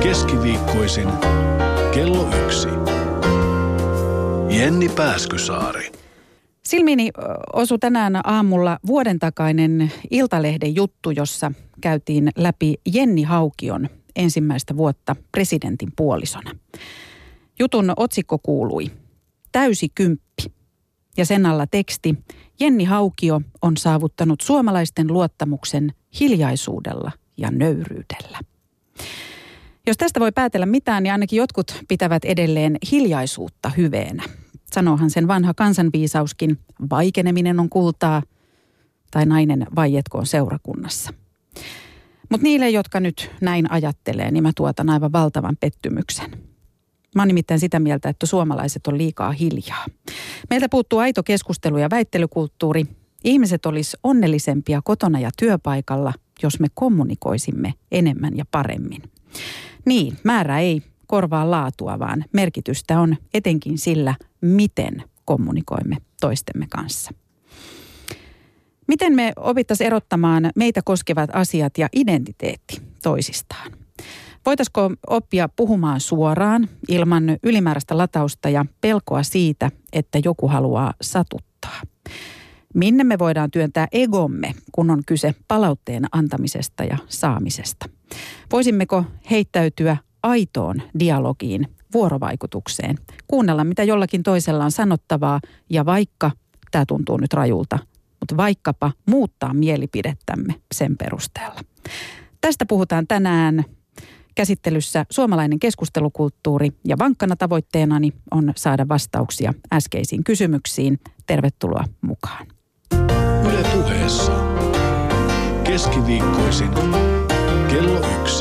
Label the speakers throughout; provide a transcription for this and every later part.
Speaker 1: Keskiviikkoisin kello 1. Jenni Pääskysaari.
Speaker 2: Silmiini osui tänään aamulla vuoden takainen Iltalehden juttu, jossa käytiin läpi Jenni Haukion ensimmäistä vuotta presidentin puolisona. Jutun otsikko kuului Täysi kymppi ja sen alla teksti Jenni Haukio on saavuttanut suomalaisten luottamuksen hiljaisuudella ja nöyryydellä. Jos tästä voi päätellä mitään, niin ainakin jotkut pitävät edelleen hiljaisuutta hyveenä. Sanoohan sen vanha kansanviisauskin, vaikeneminen on kultaa tai nainen vaietkoon seurakunnassa. Mutta niille, jotka nyt näin ajattelee, niin mä tuotan aivan valtavan pettymyksen. Mä oon nimittäin sitä mieltä, että suomalaiset on liikaa hiljaa. Meiltä puuttuu aito keskustelu ja väittelykulttuuri. Ihmiset olisi onnellisempia kotona ja työpaikalla, jos me kommunikoisimme enemmän ja paremmin. Niin, määrä ei korvaa laatua, vaan merkitystä on etenkin sillä, miten kommunikoimme toistemme kanssa. Miten me opittaisiin erottamaan meitä koskevat asiat ja identiteetti toisistaan? Voitaisiko oppia puhumaan suoraan ilman ylimääräistä latausta ja pelkoa siitä, että joku haluaa satuttaa? Minne me voidaan työntää egomme, kun on kyse palautteen antamisesta ja saamisesta? Voisimmeko heittäytyä aitoon dialogiin, vuorovaikutukseen, kuunnella mitä jollakin toisella on sanottavaa ja vaikka, tämä tuntuu nyt rajulta, mutta vaikkapa muuttaa mielipidettämme sen perusteella. Tästä puhutaan tänään käsittelyssä suomalainen keskustelukulttuuri ja vankkana tavoitteenani on saada vastauksia äskeisiin kysymyksiin. Tervetuloa mukaan.
Speaker 1: Yle Puheessa. Keskiviikkoisin kello 1.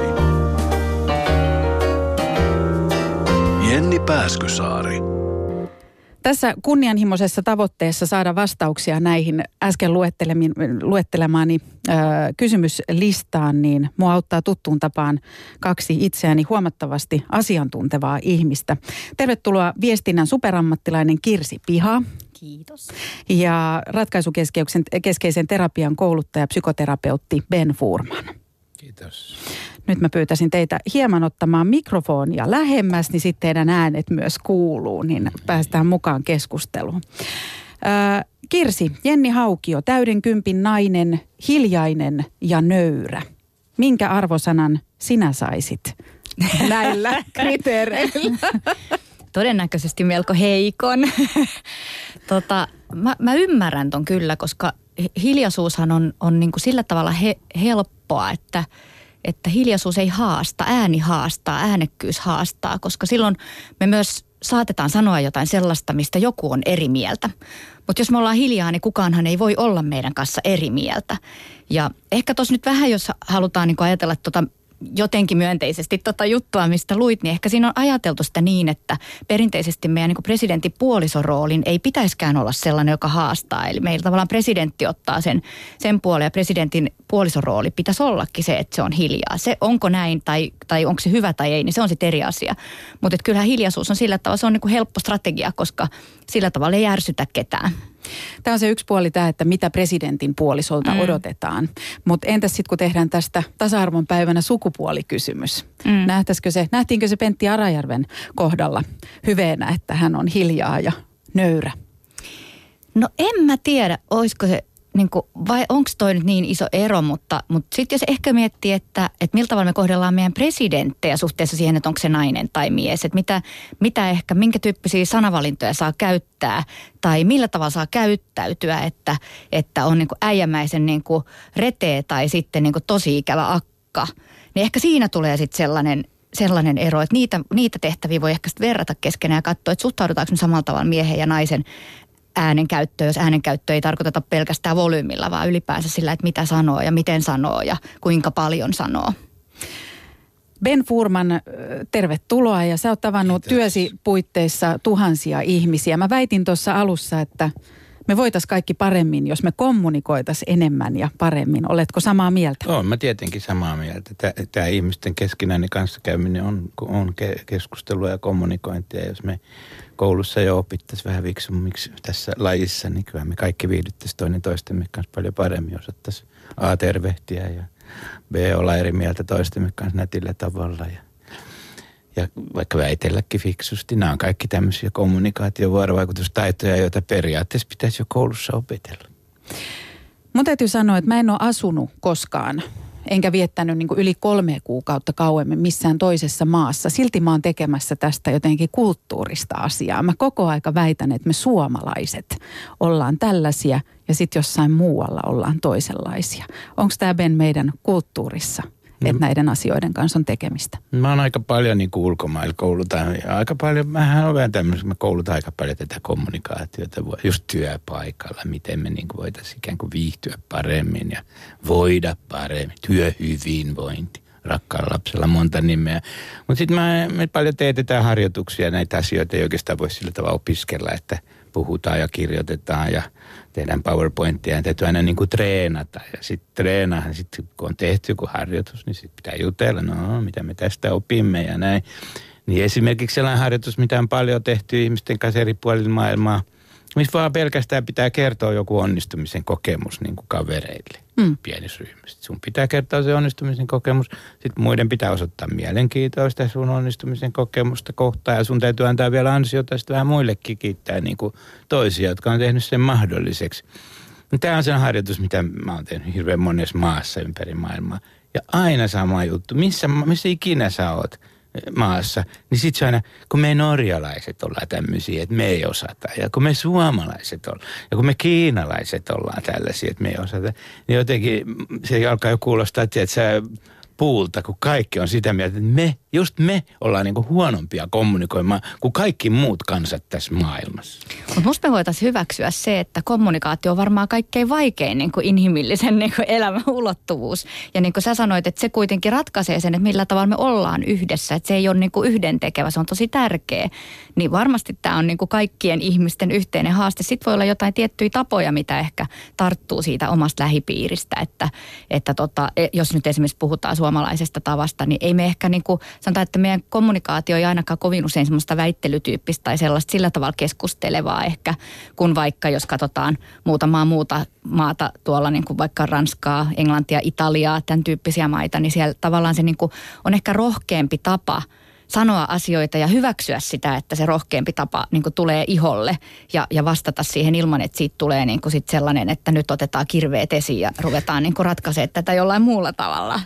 Speaker 1: Jenni Pääskysaari.
Speaker 2: Tässä kunnianhimoisessa tavoitteessa saada vastauksia näihin äsken luettelemaani kysymyslistaan, niin mua auttaa tuttuun tapaan kaksi itseäni huomattavasti asiantuntevaa ihmistä. Tervetuloa viestinnän superammattilainen Kirsi Piha.
Speaker 3: Kiitos.
Speaker 2: Ja ratkaisukeskeisen terapian kouluttaja, psykoterapeutti Ben Fuhrman.
Speaker 4: Kiitos.
Speaker 2: Nyt mä pyytäisin teitä hieman ottamaan mikrofonia lähemmäs, niin sitten teidän äänet myös kuuluu, niin päästään mukaan keskusteluun. Kirsi, Jenni Haukio, täyden kympin nainen, hiljainen ja nöyrä. Minkä arvosanan sinä saisit näillä kriteereillä?
Speaker 3: Todennäköisesti melko heikon. Mä ymmärrän ton kyllä, koska hiljaisuushan on niin kuin sillä tavalla helppoa, että hiljaisuus ei haasta, ääni haastaa, äänekkyys haastaa, koska silloin me myös saatetaan sanoa jotain sellaista, mistä joku on eri mieltä. Mutta jos me ollaan hiljaa, niin kukaanhan ei voi olla meidän kanssa eri mieltä. Ja ehkä tuossa nyt vähän, jos halutaan niin ajatella jotenkin myönteisesti juttua, mistä luit, niin ehkä siinä on ajateltu sitä niin, että perinteisesti meidän niin presidentin puolisoroolin ei pitäiskään olla sellainen, joka haastaa. Eli meillä tavallaan presidentti ottaa sen puolen ja presidentin puolisorooli pitäisi ollakin se, että se on hiljaa. Se onko näin tai onko se hyvä tai ei, niin se on sitten eri asia. Mutta kyllähän hiljaisuus on sillä tavalla, se on niin helppo strategia, koska sillä tavalla ei ärsytä ketään.
Speaker 2: Tämä on se yksi puoli tämä, että mitä presidentin puolisolta odotetaan. Mutta entäs sitten, kun tehdään tästä tasa-arvon päivänä sukupuolikysymys? Nähtiinkö se Pentti Arajärven kohdalla hyveenä, että hän on hiljaa ja nöyrä?
Speaker 3: No en mä tiedä, olisiko se, vai onko toi nyt niin iso ero, mutta sitten jos ehkä miettii, että miltä tavalla me kohdellaan meidän presidenttejä suhteessa siihen, että onko se nainen tai mies, että minkä tyyppisiä sanavalintoja saa käyttää tai millä tavalla saa käyttäytyä, että on äijämäisen retee tai sitten tosi ikävä akka, niin ehkä siinä tulee sitten sellainen ero, että niitä tehtäviä voi ehkä sitten verrata keskenään ja katsoa, että suhtaudutaanko me samalla tavalla miehen ja naisen äänenkäyttöä, jos äänenkäyttö ei tarkoiteta pelkästään volyymilla, vaan ylipäänsä sillä, että mitä sanoo ja miten sanoo ja kuinka paljon sanoo.
Speaker 2: Ben Fuhrman, tervetuloa ja sä oot tavannut työsi puitteissa tuhansia ihmisiä. Mä väitin tuossa alussa, että me voitaisiin kaikki paremmin, jos me kommunikoitaisiin enemmän ja paremmin. Oletko samaa mieltä?
Speaker 4: Olen mä tietenkin samaa mieltä. Tämä ihmisten keskinäinen kanssakäyminen on keskustelua ja kommunikointia. Jos me koulussa jo opittaisiin vähän viksummiksi tässä lajissa, niin kyllä me kaikki viihdyttäisiin toinen toistemme kanssa paljon paremmin. Osattaisiin A, tervehtiä ja B, olla eri mieltä toistemme kanssa nätillä tavalla. Ja ja vaikka väitelläkin fiksusti. Nämä on kaikki tämmöisiä kommunikaatio- vuorovaikutustaitoja, joita periaatteessa pitäisi jo koulussa opetella.
Speaker 2: Mun täytyy sanoa, että mä en ole asunut koskaan, enkä viettänyt niin kuin yli 3 kuukautta kauemmin missään toisessa maassa. Silti mä oon tekemässä tästä jotenkin kulttuurista asiaa. Mä koko aika väitän, että me suomalaiset ollaan tällaisia ja sitten jossain muualla ollaan toisenlaisia. Onko tämä Ben meidän kulttuurissa, että näiden asioiden kanssa on tekemistä?
Speaker 4: Mä oon aika paljon niin kuin ulkomailla koulutan. Aika paljon, mähän on vähän tämmöisen, mä koulutan aika paljon tätä kommunikaatiota just työpaikalla. Miten me niin kuin voitaisiin ikään kuin viihtyä paremmin ja voida paremmin. Työhyvinvointi. Rakkaalla lapsella monta nimeä. Mutta sitten me paljon teetetään harjoituksia, näitä asioita ei oikeastaan voi sillä tavalla opiskella, että puhutaan ja kirjoitetaan ja tehdään PowerPointia ja täytyy aina niin kuin treenata. Ja sitten treenaahan, kun on tehty joku harjoitus, niin sitten pitää jutella, no mitä me tästä opimme ja näin. Niin esimerkiksi sellainen harjoitus, mitä on paljon tehty ihmisten kanssa eri puolilla maailmaa, missä vaan pelkästään pitää kertoa joku onnistumisen kokemus niin kuin kavereille pienissä ryhmissä. Sun pitää kertoa se onnistumisen kokemus, sitten muiden pitää osoittaa mielenkiintoista sun onnistumisen kokemusta kohtaan ja sun täytyy antaa vielä ansiota sitten vähän muillekin kiittää niin kuin toisia, jotka on tehnyt sen mahdolliseksi. Tämä on se harjoitus, mitä mä oon tehnyt hirveän monessa maassa ympäri maailmaa. Ja aina sama juttu. Missä ikinä sä oot maassa, niin sit se aina, kun me norjalaiset ollaan tämmöisiä, että me ei osata. Ja kun me suomalaiset ollaan, ja kun me kiinalaiset ollaan tällaisia, että me ei osata, niin jotenkin se alkaa jo kuulostaa, että sä puulta, kun kaikki on sitä mieltä, että me ollaan niinku huonompia kommunikoimaan kuin kaikki muut kansat tässä maailmassa.
Speaker 3: Mutta musta me voitaisiin hyväksyä se, että kommunikaatio on varmaan kaikkein vaikein niinku inhimillisen niinku elämän ulottuvuus. Ja niin kuin sä sanoit, että se kuitenkin ratkaisee sen, että millä tavalla me ollaan yhdessä. Että se ei ole niinku yhdentekevä, se on tosi tärkeä. Niin varmasti tämä on niinku kaikkien ihmisten yhteinen haaste. Sitten voi olla jotain tiettyjä tapoja, mitä ehkä tarttuu siitä omasta lähipiiristä. Että jos nyt esimerkiksi puhutaan suomalaisesta tavasta, niin ei me ehkä niinku, sanotaan, että meidän kommunikaatio ei ainakaan kovin usein semmoista väittelyyppistä tai sellaista sillä tavalla keskustelevaa ehkä, kun vaikka jos katsotaan muutamaa muuta maata tuolla niin kuin vaikka Ranskaa, Englantia, Italiaa, tämän tyyppisiä maita, niin siellä tavallaan se niin kuin on ehkä rohkeampi tapa sanoa asioita ja hyväksyä sitä, että se rohkeampi tapa niin kuin tulee iholle ja vastata siihen ilman, että siitä tulee niin kuin sit sellainen, että nyt otetaan kirveet esiin ja ruvetaan niin kuin ratkaisemaan tätä jollain muulla tavalla.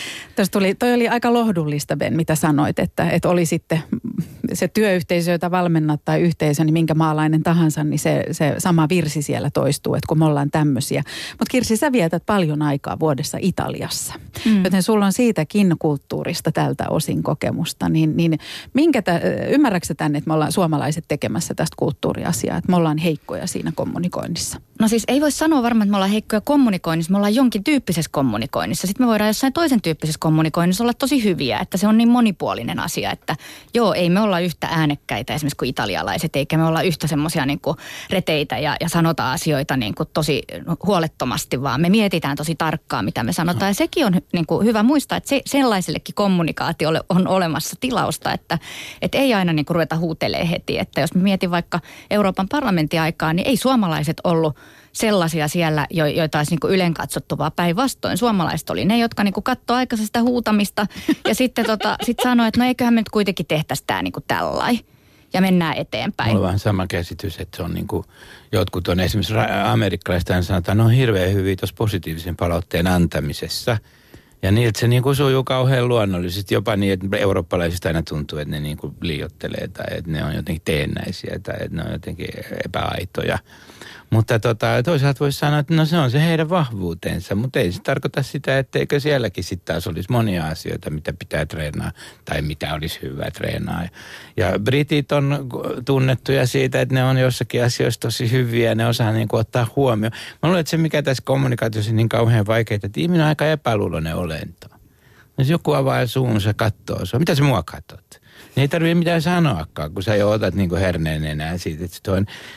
Speaker 2: Toi oli aika lohdullista, Ben, mitä sanoit, että oli sitten se työyhteisö, jota valmennat tai yhteisö, niin minkä maalainen tahansa, niin se sama virsi siellä toistuu, että kun me ollaan tämmöisiä. Mutta Kirsi, sä vietät paljon aikaa vuodessa Italiassa, joten sulla on siitäkin kulttuurista tältä osin kokemusta. Niin ymmärrätkö sä tänne, että me ollaan suomalaiset tekemässä tästä kulttuuriasiaa, että me ollaan heikkoja siinä kommunikoinnissa?
Speaker 3: No siis ei voi sanoa varmaan, että me ollaan heikkoja kommunikoinnissa, me ollaan jonkin tyyppisessä kommunikoinnissa. Sitten me voidaan jossain toisen tyyppisessä kommunikoinnissa olla tosi hyviä, että se on niin monipuolinen asia, että joo, ei me olla yhtä äänekkäitä esimerkiksi kuin italialaiset, eikä me olla yhtä semmoisia niin kuin reteitä ja sanota asioita niin kuin tosi huolettomasti, vaan me mietitään tosi tarkkaan, mitä me sanotaan. Ja sekin on niin kuin hyvä muistaa, että sellaisellekin kommunikaatiolle on olemassa tilausta, että ei aina niin kuin ruveta huutelemaan heti. Että jos mä mietin vaikka Euroopan parlamentin aikaa, niin ei suomalaiset ollut sellaisia siellä, joita olisi niin ylen katsottu, vaan päinvastoin. Suomalaiset oli ne, jotka niin katsoi aikaisesta sitä huutamista ja sitten sit sanoi, että no eiköhän me nyt kuitenkin tehtäisi tämä niin tällainen ja mennään eteenpäin.
Speaker 4: Mulla on vähän sama käsitys, että se on niin kuin, jotkut on esimerkiksi amerikkalaista sanotaan, ne on hirveän hyviä tuossa positiivisen palautteen antamisessa. Ja niiltä se niin kuin sujuu kauhean luonnollisesti, jopa niin, että eurooppalaisista aina tuntuu, että ne niin kuin liioittelee tai että ne on jotenkin teennäisiä tai että ne on jotenkin epäaitoja. Mutta toisaalta voisi sanoa, että no se on se heidän vahvuutensa, mutta ei se tarkoita sitä, etteikö sielläkin sitten taas olisi monia asioita, mitä pitää treenaa tai mitä olisi hyvä treenaa. Ja britit on tunnettuja siitä, että ne on jossakin asioissa tosi hyviä ja ne osaa niin kuin ottaa huomioon. Mä luulen, että se mikä tässä kommunikaatiossa on niin kauhean vaikeaa, että ihminen on aika epäluuloinen olento. Jos joku avaa suunsa, katsoo sua, mitä sä mua katsot? Niin ei tarvitse mitään sanoakaan, kun sä jo otat niin kuin herneen enää siitä. Että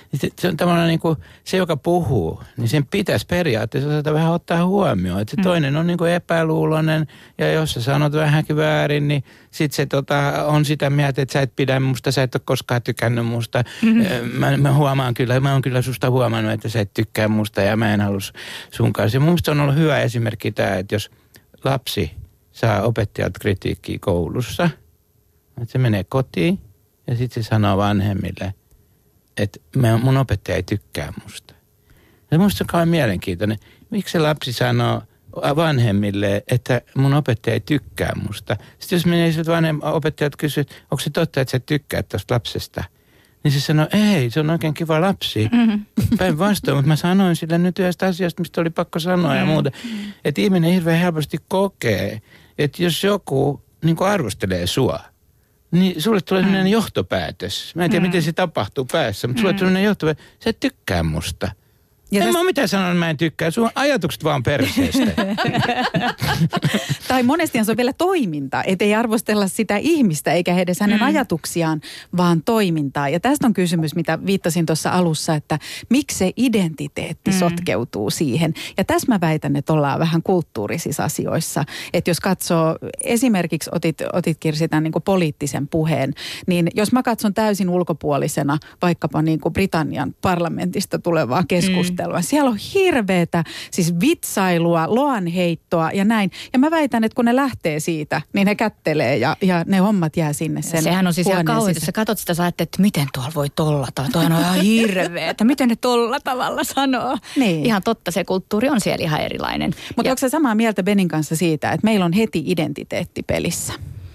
Speaker 4: se on tavallaan niin kuin se, joka puhuu, niin sen pitäisi periaatteessa osata vähän ottaa huomioon. Että se toinen on niin kuin epäluuloinen ja jos sä sanot vähänkin väärin, niin sit se on sitä mieltä, että sä et pidä musta, sä et ole koskaan tykännyt musta. Mä oon kyllä susta huomannut, että sä et tykkää musta ja mä en halua sun kanssa. Ja mun mielestä on ollut hyvä esimerkki tämä, että jos lapsi saa opettajalta kritiikkiä koulussa, Että se menee kotiin ja sitten se sanoo vanhemmille, että mun opettaja ei tykkää musta. Ja musta on kauhean mielenkiintoinen. Miksi se lapsi sanoo vanhemmille, että mun opettaja ei tykkää musta? Sitten jos menee siltä opettajat kysyy, onko se totta, että sä tykkäät tuosta lapsesta? Niin se sanoo, ei, se on oikein kiva lapsi. Päinvastoin, mutta mä sanoin sille nyt yhdestä asiasta, mistä oli pakko sanoa ja muuta. Että ihminen hirveän helposti kokee, että jos joku niin kuin arvostelee sua, niin sulle tulee sellainen johtopäätös. Mä en tiedä, miten se tapahtuu päässä, mutta sulle tulee sellainen johtopäätös, sä et tykkää musta. En mä ole mitään sanonut, että mä en tykkää. Sun ajatukset vaan perseestä.
Speaker 2: Tai monestihan se on vielä toiminta, ettei arvostella sitä ihmistä eikä edes hänen ajatuksiaan, vaan toimintaa. Ja tästä on kysymys, mitä viittasin tuossa alussa, että miksi se identiteetti sotkeutuu siihen. Ja tässä mä väitän, että ollaan vähän kulttuurisissa asioissa. Että jos katsoo, esimerkiksi otit Kirsi tämän niin kuin poliittisen puheen, niin jos mä katson täysin ulkopuolisena vaikkapa niin kuin Britannian parlamentista tulevaa keskustelua, siellä on hirveätä siis vitsailua, loanheittoa ja näin. Ja mä väitän, että kun ne lähtee siitä, niin ne kättelee ja ne hommat jää sinne sen.
Speaker 3: Sehän on siis ihan kauhean, jos sä katsot sitä, sä ajattelet, että miten tuolla voi tollata. Toi on ihan hirveetä. Miten ne tolla tavalla sanoo? Niin. Ihan totta, se kulttuuri on siellä ihan erilainen.
Speaker 2: Mutta onko sä samaa mieltä Benin kanssa siitä, että meillä on heti identiteetti pelissä?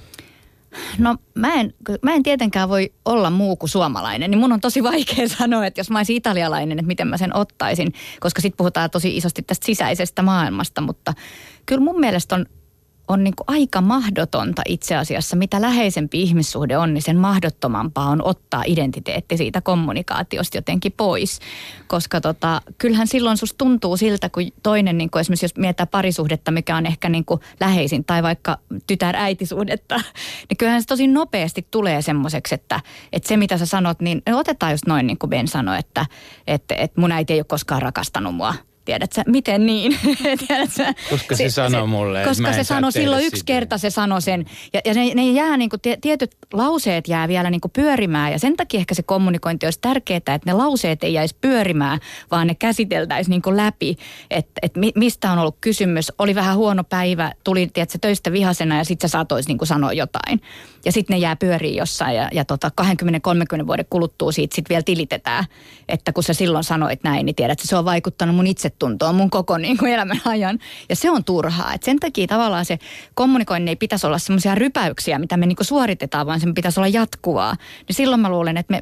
Speaker 3: No mä en tietenkään voi olla muu kuin suomalainen, niin mun on tosi vaikea sanoa, että jos mä olisin italialainen, että miten mä sen ottaisin, koska sit puhutaan tosi isosti tästä sisäisestä maailmasta, mutta kyllä mun mielestä on niin kuin aika mahdotonta itse asiassa, mitä läheisempi ihmissuhde on, niin sen mahdottomampaa on ottaa identiteetti siitä kommunikaatiosta jotenkin pois. Koska kyllähän silloin susta tuntuu siltä, kun toinen, niin kuin esimerkiksi jos mietitään parisuhdetta, mikä on ehkä niin kuin läheisin, tai vaikka tytär-äitisuhdetta, niin kyllähän se tosi nopeasti tulee semmoiseksi, että se mitä sä sanot, niin otetaan just noin niin kuin Ben sanoi, että mun äiti ei ole koskaan rakastanut mua. Tiedätkö, miten niin? Tiedätkö?
Speaker 4: Koska se sanoo mulle.
Speaker 3: Koska se sanoi silloin yksi kerta, se sanoi sen. Ja ne jää niin kuin, tietyt lauseet jää vielä niin kuin pyörimään. Ja sen takia ehkä se kommunikointi olisi tärkeää, että ne lauseet ei jäisi pyörimään, vaan ne käsiteltäisiin niin kuin läpi. Että mistä on ollut kysymys. Oli vähän huono päivä, tuli tiedätkö, töistä vihasena ja sitten sä saatois niin kuin sanoa jotain. Ja sitten ne jää pyöriin jossain ja 20-30 vuoden kuluttua siitä sitten vielä tilitetään. Että kun sä silloin sanoit näin, niin tiedät, että se on vaikuttanut mun itsetuntoon mun koko niin kuin elämän ajan. Ja se on turhaa. Et sen takia tavallaan se kommunikoinnin ei pitäisi olla semmoisia rypäyksiä, mitä me niin kuin suoritetaan, vaan sen pitäisi olla jatkuvaa. Niin silloin mä luulen, että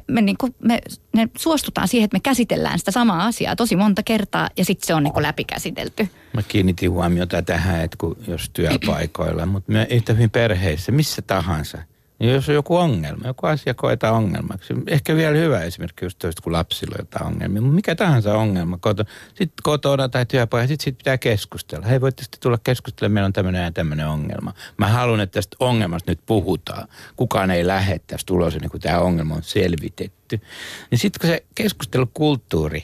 Speaker 3: me suostutaan siihen, että me käsitellään sitä samaa asiaa tosi monta kertaa ja sitten se on niin kuin läpikäsitelty.
Speaker 4: Mä kiinnitin huomiota tähän, että jos työpaikoilla, mutta yhtä hyvin perheissä, missä tahansa. Ja jos on joku ongelma, joku asia koetaan ongelmaksi. Ehkä vielä hyvä esimerkki just toista, kun lapsilla on jotain ongelmia. Mutta mikä tahansa ongelma sitten kotona tai työpaikalla, sitten pitää keskustella. Hei, voitte sitten tulla keskustelemaan, meillä on tämmöinen ja tämmöinen ongelma. Mä haluan, että tästä ongelmasta nyt puhutaan. Kukaan ei lähde tästä ulos, niin kun tämä ongelma on selvitetty. Niin sitten kun se keskustelukulttuuri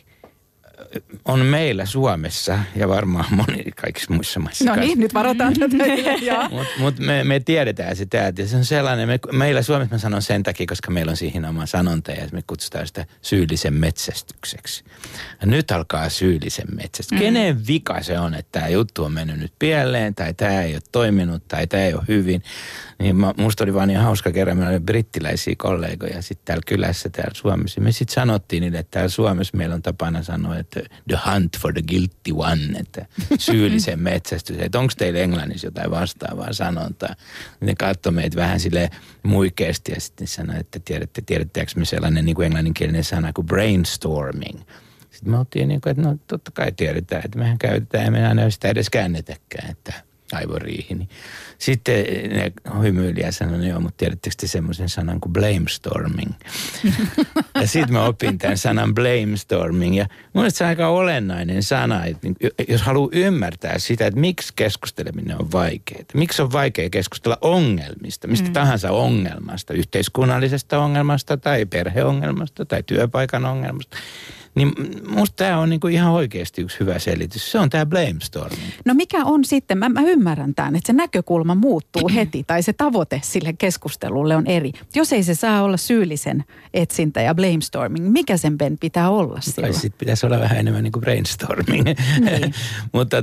Speaker 4: on meillä Suomessa ja varmaan kaikissa muissa maissa.
Speaker 2: No niin, nyt varotaan tätä.
Speaker 4: Mutta me tiedetään sitä, että se on sellainen, meillä Suomessa mä sanon sen takia, koska meillä on siihen oma sanonta ja me kutsutaan sitä syyllisen metsästykseksi. Ja nyt alkaa syyllisen metsästys. Kenen vika se on, että tämä juttu on mennyt nyt pieleen tai tämä ei ole toiminut tai tämä ei ole hyvin. Niin musta oli vaan niin hauska kerran, meillä oli brittiläisiä kollegoja sitten täällä kylässä täällä Suomessa. Me sitten sanottiin niille, että täällä Suomessa meillä on tapana sanoa, että the hunt for the guilty one, että syyllisen metsästys. Että onko teillä Englannissa jotain vastaavaa sanontaa? Ne katsoi meitä vähän silleen muikeasti ja sitten sanoi, että tiedättekö me sellainen niin kuin englanninkielinen sana kuin brainstorming. Sitten me oltiin niin kuin, että no totta kai tiedetään, että mehän käytetään ja me aina sitä edes käännetäkään, että aivoriihi. Niin. Sitten ne hymyili ja sanoi, joo, mutta tiedättekö te semmoisen sanan kuin blamestorming? Ja sitten mä opin tämän sanan blamestorming. Ja mun mielestä se on aika olennainen sana, että jos haluaa ymmärtää sitä, että miksi keskusteleminen on vaikeaa. Miksi on vaikea keskustella ongelmista, mistä tahansa ongelmasta, yhteiskunnallisesta ongelmasta tai perheongelmasta tai työpaikan ongelmasta. Niin musta tämä on niinku ihan oikeasti yksi hyvä selitys. Se on tämä blamestorming.
Speaker 2: No mikä on sitten, mä ymmärrän tämän, että se näkökulma muuttuu heti tai se tavoite sille keskustelulle on eri. Jos ei se saa olla syyllisen etsintä ja blamestorming, mikä sen pitää olla silloin?
Speaker 4: Tai sitten pitäisi olla vähän enemmän niin kuin brainstorming. Niin. Mutta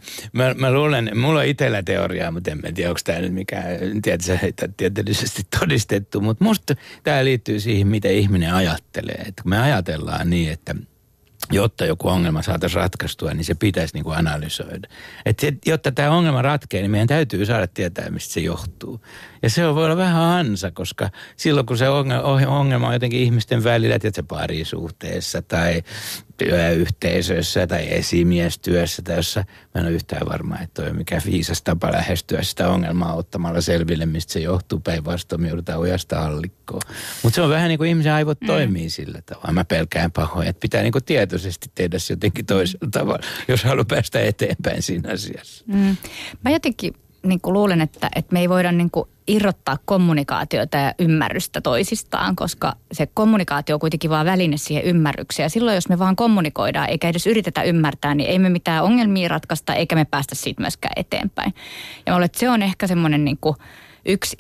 Speaker 4: mä luulen, mulla on itsellä teoriaa, mutta en tiedä, onko tämä nyt mikään tieteellisesti todistettu. Mutta musta tämä liittyy siihen, miten ihminen ajattelee. Että kun me ajatellaan niin, että jotta joku ongelma saataisiin ratkaistua, niin se pitäisi niin kuin analysoida. Että jotta tämä ongelma ratkee, niin meidän täytyy saada tietää, mistä se johtuu. Ja se voi olla vähän ansa, koska silloin kun se ongelma on jotenkin ihmisten välillä, että se parisuhteessa tai työyhteisössä tai esimiestyössä tai jossa mä en ole yhtään varma, että toi on mikä viisas tapa lähestyä sitä ongelmaa ottamalla selville, mistä se johtuu. Päinvastoin me joudutaan ojasta allikkoon. Mutta se on vähän niin kuin ihmisen aivot toimii sillä tavalla. Mä pelkään pahoin, että pitää niin kuin tietoisesti tehdä se jotenkin toisella tavalla, jos haluaa päästä eteenpäin siinä asiassa.
Speaker 3: Mä jotenkin niin kuin luulen, että me ei voida niin kuin irrottaa kommunikaatiota ja ymmärrystä toisistaan, koska se kommunikaatio on kuitenkin vaan väline siihen ymmärrykseen. Ja silloin, jos me vaan kommunikoidaan eikä edes yritetä ymmärtää, niin ei me mitään ongelmia ratkaista eikä me päästä siitä myöskään eteenpäin. Ja mä luulen, että se on ehkä semmoinen niin kuin yksi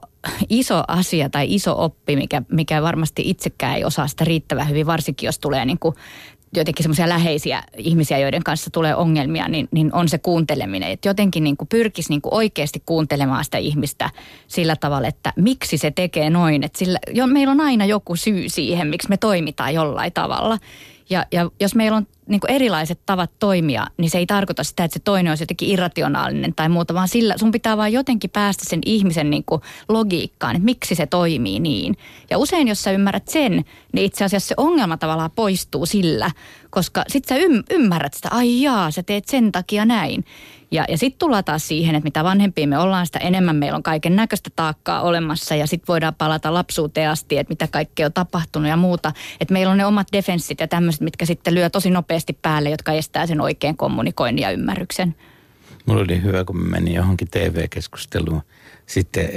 Speaker 3: iso asia tai iso oppi, mikä varmasti itsekään ei osaa sitä riittävän hyvin, varsinkin jos tulee niin kuin jotenkin semmoisia läheisiä ihmisiä, joiden kanssa tulee ongelmia, niin on se kuunteleminen. Että jotenkin niin kuin pyrkisi niin kuin oikeasti kuuntelemaan sitä ihmistä sillä tavalla, että miksi se tekee noin. Että meillä on aina joku syy siihen, miksi me toimitaan jollain tavalla. Ja jos meillä on niin kuin erilaiset tavat toimia, niin se ei tarkoita sitä, että se toinen olisi jotenkin irrationaalinen tai muuta, vaan sun pitää vaan jotenkin päästä sen ihmisen niin kuin logiikkaan, että miksi se toimii niin. Ja usein, jos sä ymmärrät sen, niin itse asiassa se ongelma tavallaan poistuu sillä, koska sit sä ymmärrät sitä, ai jaa, sä teet sen takia näin. Ja sitten tullaan taas siihen, että mitä vanhempia me ollaan, sitä enemmän meillä on kaiken näköistä taakkaa olemassa ja sitten voidaan palata lapsuuteen asti, että mitä kaikkea on tapahtunut ja muuta. Että meillä on ne omat defenssit ja tämmöiset, mitkä sitten lyö tosi nopeasti päälle, jotka estää sen oikein kommunikoinnin ja ymmärryksen.
Speaker 4: Mulla oli hyvä, kun mä menin johonkin TV-keskusteluun. Sitten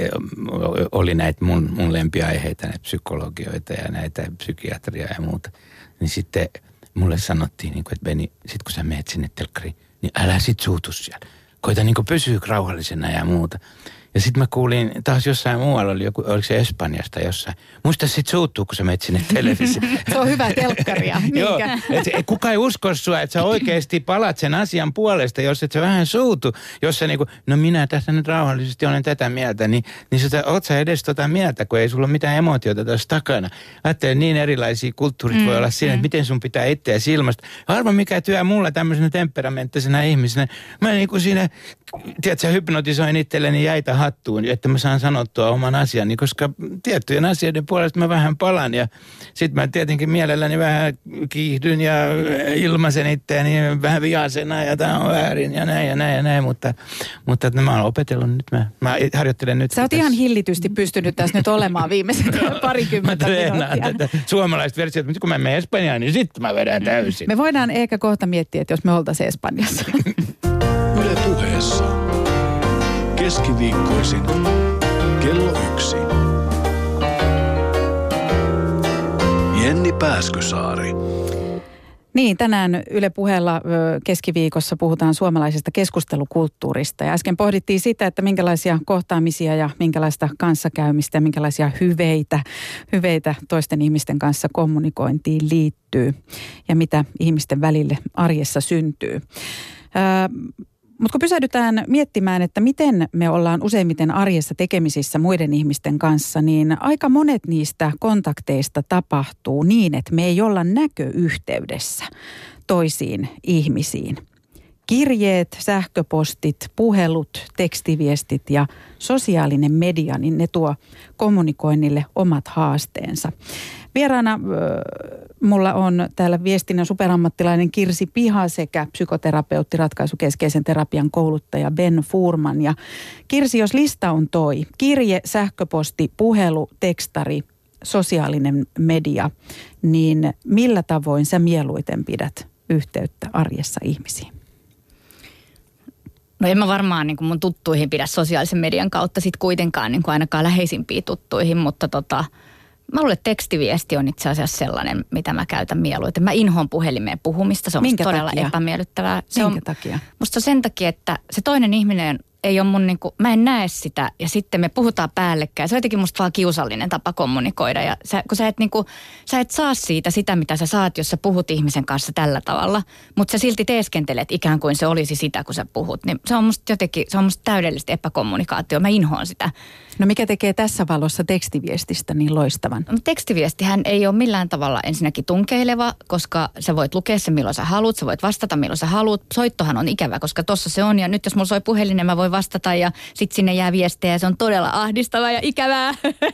Speaker 4: oli näitä mun lempiaiheita, näitä psykologioita ja näitä psykiatria ja muuta. Niin sitten mulle sanottiin, että Beni, sit kun sä menet sinne telkkariin, niin älä sit suutu siellä. Koita niin pysyä rauhallisena ja muuta. Ja sitten mä kuulin taas jossain muualla, oliko se Espanjasta jossain. Muista sit suuttuu, kun sä menet sinne televisioon.
Speaker 2: Se on hyvä telkkaria.
Speaker 4: Joo, kuka ei usko sua, että sä oikeasti palat sen asian puolesta, jos et sä vähän suutu. Jos sä niinku, no minä tässä nyt rauhallisesti olen tätä mieltä, niin oot sä edes tota mieltä, kun ei sulla ole mitään emotiota tässä takana. Ajattelen, niin erilaisia kulttuurit voi olla siinä, että miten sun pitää itseäsi ilmasta. Arva mikä työ mulla tämmöisenä temperamenttisena ihmisenä. Mä niinku siinä, tiedätkö, hypnotisoin itselleni jäitä hattuun, että mä saan sanottua oman asiani, koska tiettyjen asioiden puolesta mä vähän palan ja sit mä tietenkin mielelläni vähän kiihdyn ja ilmaisen itseäni vähän vihaisena ja tää on väärin ja näin, mutta mä oon opetellut nyt, mä harjoittelen nyt.
Speaker 2: Sä oot ihan hillitysti pystynyt tässä nyt olemaan viimeiset parikymmentä minuuttia.
Speaker 4: Tätä suomalaista versiota, mutta kun mä menen Espanjaan, niin sitten mä vedän täysin.
Speaker 2: Me voidaan ehkä kohta miettiä, että jos me oltaisiin Espanjassa.
Speaker 1: Yle Puheessa. Keskiviikkoisin kello 1. Jenni Pääskysaari.
Speaker 2: Niin, tänään Yle Puheella keskiviikossa puhutaan suomalaisesta keskustelukulttuurista. Ja äsken pohdittiin sitä, että minkälaisia kohtaamisia ja minkälaista kanssakäymistä ja minkälaisia hyveitä toisten ihmisten kanssa kommunikointiin liittyy. Ja mitä ihmisten välille arjessa syntyy. Mutta kun pysähdytään miettimään, että miten me ollaan useimmiten arjessa tekemisissä muiden ihmisten kanssa, niin aika monet niistä kontakteista tapahtuu niin, että me ei olla näköyhteydessä toisiin ihmisiin. Kirjeet, sähköpostit, puhelut, tekstiviestit ja sosiaalinen media, niin ne tuo kommunikoinnille omat haasteensa. Vieraana mulla on täällä viestinnän superammattilainen Kirsi Piha sekä psykoterapeutti, ratkaisukeskeisen terapian kouluttaja Ben Fuhrman. Ja Kirsi, jos lista on toi, kirje, sähköposti, puhelu, tekstari, sosiaalinen media, niin millä tavoin sä mieluiten pidät yhteyttä arjessa ihmisiin?
Speaker 3: No en mä varmaan niin kuin mun tuttuihin pidä sosiaalisen median kautta sit kuitenkaan niin kuin ainakaan läheisimpiä tuttuihin, mutta Mä luulen, että tekstiviesti on itse asiassa sellainen, mitä mä käytän mieluiten. Mä inhoan puhelimeen puhumista, se on musta todella epämiellyttävää.
Speaker 2: Minkä takia?
Speaker 3: Musta sen takia, että se toinen ihminen ei ole mun niinku, mä en näe sitä ja sitten me puhutaan päällekkäin. Se on jotenkin musta vaan kiusallinen tapa kommunikoida ja kun sä et saa siitä sitä, mitä sä saat, jos sä puhut ihmisen kanssa tällä tavalla, mutta sä silti teeskentelet ikään kuin se olisi sitä, kun sä puhut. Niin se on musta jotenkin, se on musta täydellisesti epäkommunikaatio. Mä inhoan sitä.
Speaker 2: No mikä tekee tässä valossa tekstiviestistä niin loistavan?
Speaker 3: No, tekstiviestihän ei ole millään tavalla ensinnäkin tunkeileva, koska sä voit lukea sen milloin sä haluat, sä voit vastata milloin sä haluat. Soittohan on ikävä, koska tossa se on ja nyt jos mulla soi puhelin, niin mä voin vastata ja sitten sinne jää viestejä ja se on todella ahdistavaa ja ikävää.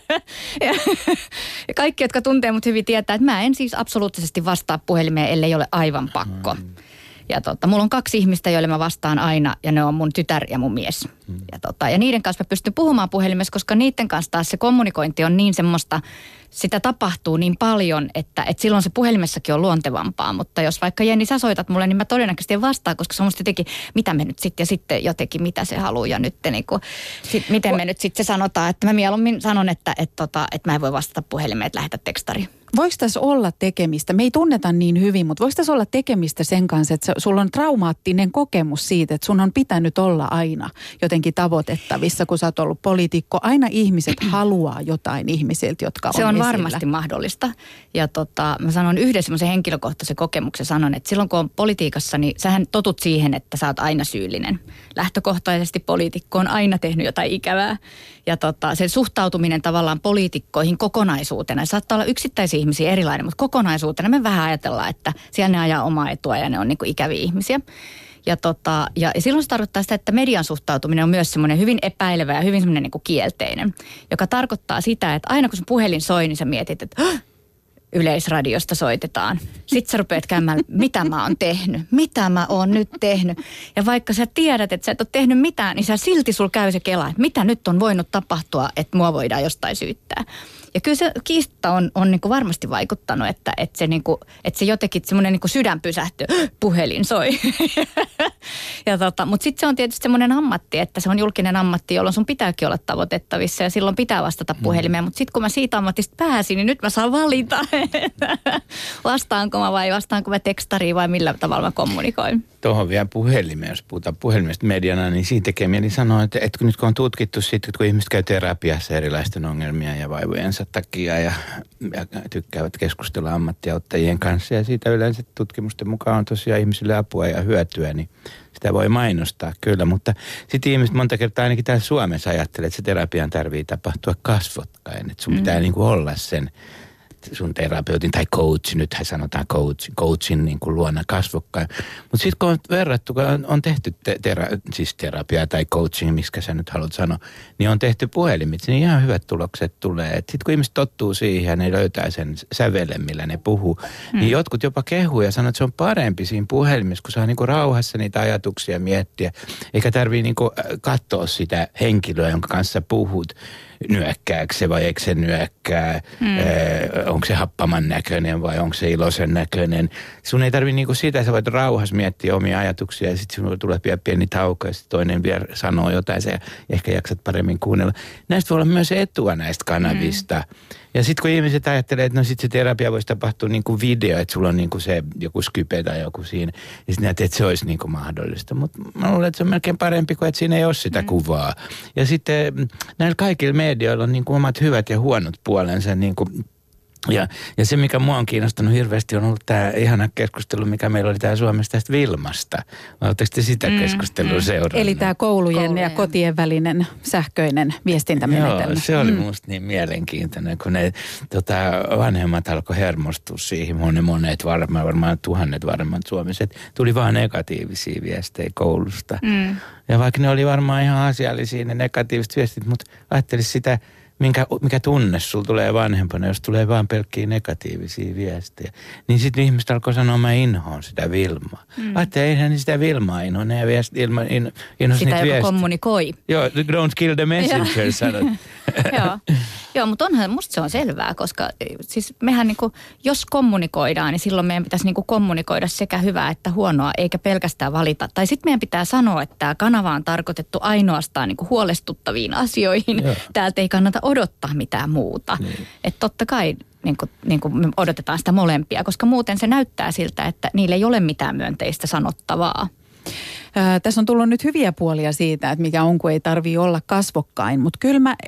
Speaker 3: Ja kaikki, jotka tuntee mut hyvin, tietää, että mä en siis absoluuttisesti vastaa puhelimeen, ellei ole aivan pakko. Ja mulla on 2 ihmistä, joille mä vastaan aina ja ne on mun tytär ja mun mies. Ja niiden kanssa mä pystyn puhumaan puhelimessa, koska niiden kanssa taas se kommunikointi on niin semmoista, sitä tapahtuu niin paljon, että silloin se puhelimessakin on luontevampaa. Mutta jos vaikka Jenni sä soitat mulle, niin mä todennäköisesti en vastaa, koska se on musta jotenkin, mitä me nyt sitten ja sitten jotenkin mitä se haluaa. Ja nyt niinku, miten me nyt sitten se sanotaan, että mä mieluummin sanon, että mä en voi vastata puhelimeen, että lähetä tekstari.
Speaker 2: Voiko tässä olla tekemistä? Me ei tunneta niin hyvin, mutta voiko tässä olla tekemistä sen kanssa, että sulla on traumaattinen kokemus siitä, että sun on pitänyt olla aina jotenkin tavoitettavissa, kun sä oot ollut poliitikko. Aina ihmiset haluaa jotain ihmisiltä, jotka on
Speaker 3: Se on
Speaker 2: esillä.
Speaker 3: varmasti mahdollista. Ja mä sanon yhden semmoisen henkilökohtaisen kokemuksen, sanon, että silloin kun on politiikassa, niin sähän totut siihen, että sä oot aina syyllinen. Lähtökohtaisesti poliitikko on aina tehnyt jotain ikävää. Ja se suhtautuminen tavallaan poliitikkoihin kokonaisuutena. Saattaa olla yksittäisiä ihmisiä erilainen, mutta kokonaisuutena me vähän ajatellaan, että siellä ne ajaa omaa etua ja ne on niin kuin ikäviä ihmisiä. Ja silloin se tarkoittaa sitä, että median suhtautuminen on myös semmoinen hyvin epäilevä ja hyvin semmoinen niin kuin kielteinen. Joka tarkoittaa sitä, että aina kun sun puhelin soi, niin sä mietit, että Yleisradiosta soitetaan. Sitten sä rupeat käymään, mitä mä oon tehnyt, mitä mä oon nyt tehnyt. Ja vaikka sä tiedät, että sä et ole tehnyt mitään, niin sä silti sul käy se kela, että mitä nyt on voinut tapahtua, että mua voidaan jostain syyttää. Ja kyllä se kiista on niin kuin varmasti vaikuttanut, että se jotenkin semmoinen niin kuin sydän pysähtyy, puhelin soi. Mutta sitten se on tietysti semmoinen ammatti, että se on julkinen ammatti, jolloin sun pitääkin olla tavoitettavissa ja silloin pitää vastata puhelimeen. Mutta sitten kun mä siitä ammatista pääsin, niin nyt mä saan valita, vastaanko mä tekstariin vai millä tavalla mä kommunikoin.
Speaker 4: Tuohon vielä puhelimeen, jos puhutaan puhelimesta mediana, niin siinä tekee mieli sanoa, että nyt kun on tutkittu siitä, kun ihmiset käy terapiassa erilaisten ongelmia ja vaivojensa takia ja tykkäävät keskustella ammattiauttajien kanssa ja siitä yleensä tutkimusten mukaan on tosiaan ihmisille apua ja hyötyä, niin sitä voi mainostaa kyllä, mutta sitten ihmiset monta kertaa ainakin täällä Suomessa ajattelee, että se terapian tarvii tapahtua kasvokkain, että sun pitää niin kuin olla sen sun terapeutin tai coach, nythän sanotaan coachin niin kuin luona kasvokkain. Mutta sitten kun on verrattu, kun on tehty siis terapiaa tai coaching, miskä sä nyt haluat sanoa, niin on tehty puhelimitse, niin ihan hyvät tulokset tulee. Sitten kun ihmiset tottuu siihen ja ne löytää sen sävelen, millä ne puhuu, niin jotkut jopa kehuu ja sanoo, että se on parempi siinä puhelimessa, kun saa niinku rauhassa niitä ajatuksia miettiä, eikä tarvii niinku katsoa sitä henkilöä, jonka kanssa puhut. Nyökkääkö se vai eikö se nyökkää, onko se happaman näköinen vai onko se iloisen näköinen. Sun ei tarvitse niinku sitä, sä voit rauhassa miettiä omia ajatuksia ja sitten sinulla tulee vielä pieni tauko ja sitten toinen vielä sanoo jotain, sä ehkä jaksat paremmin kuunnella. Näistä voi olla myös etua näistä kanavista. Ja sitten kun ihmiset ajattelee, että no sitten se terapia voisi tapahtua niin kuin video, että sulla on niin kuin se joku Skype tai joku siinä. Ja sitten näet, että se olisi niin kuin mahdollista. Mutta mä luulen, että se on melkein parempi kuin, että siinä ei ole sitä kuvaa. Ja sitten näillä kaikilla medioilla on niin kuin omat hyvät ja huonot puolensa niin kuin. Ja se, mikä mua on kiinnostanut hirveästi, on ollut tämä ihana keskustelu, mikä meillä oli täällä Suomessa tästä Wilmasta. Oletteko te sitä keskustelua seurannut?
Speaker 2: Eli tämä koulujen ja kotien välinen sähköinen viestintämenetelmä.
Speaker 4: Joo, se oli musta niin mielenkiintoinen, kun ne vanhemmat alkoi hermostua siihen. Monet varmaan tuhannet varmaan Suomessa. Tuli vaan negatiivisia viestejä koulusta. Ja vaikka ne oli varmaan ihan asiallisia ne negatiiviset viestit, mutta ajattelisi sitä, mikä tunne sulla tulee vanhempana, jos tulee vaan pelkkiä negatiivisia viestejä. Niin sitten ihmiset alkoi sanoa, mä inhoon sitä Wilmaa. Ajattelin, eihän sitä Wilmaa inhoa, ne inhoa
Speaker 3: sitä, joka kommunikoi.
Speaker 4: Joo, don't kill the messenger, sanot.
Speaker 3: Joo. Joo, mutta onhan musta se on selvää, koska siis mehän niinku, jos kommunikoidaan, niin silloin meidän pitäisi niinku kommunikoida sekä hyvää että huonoa, eikä pelkästään valita. Tai sitten meidän pitää sanoa, että tämä kanava on tarkoitettu ainoastaan niinku huolestuttaviin asioihin. Joo. Täältä ei kannata odottaa mitään muuta. Niin. Että totta kai niin kuin me odotetaan sitä molempia, koska muuten se näyttää siltä, että niillä ei ole mitään myönteistä sanottavaa.
Speaker 2: Tässä on tullut nyt hyviä puolia siitä, että mikä on, kun ei tarvitse olla kasvokkain. Mutta kyllä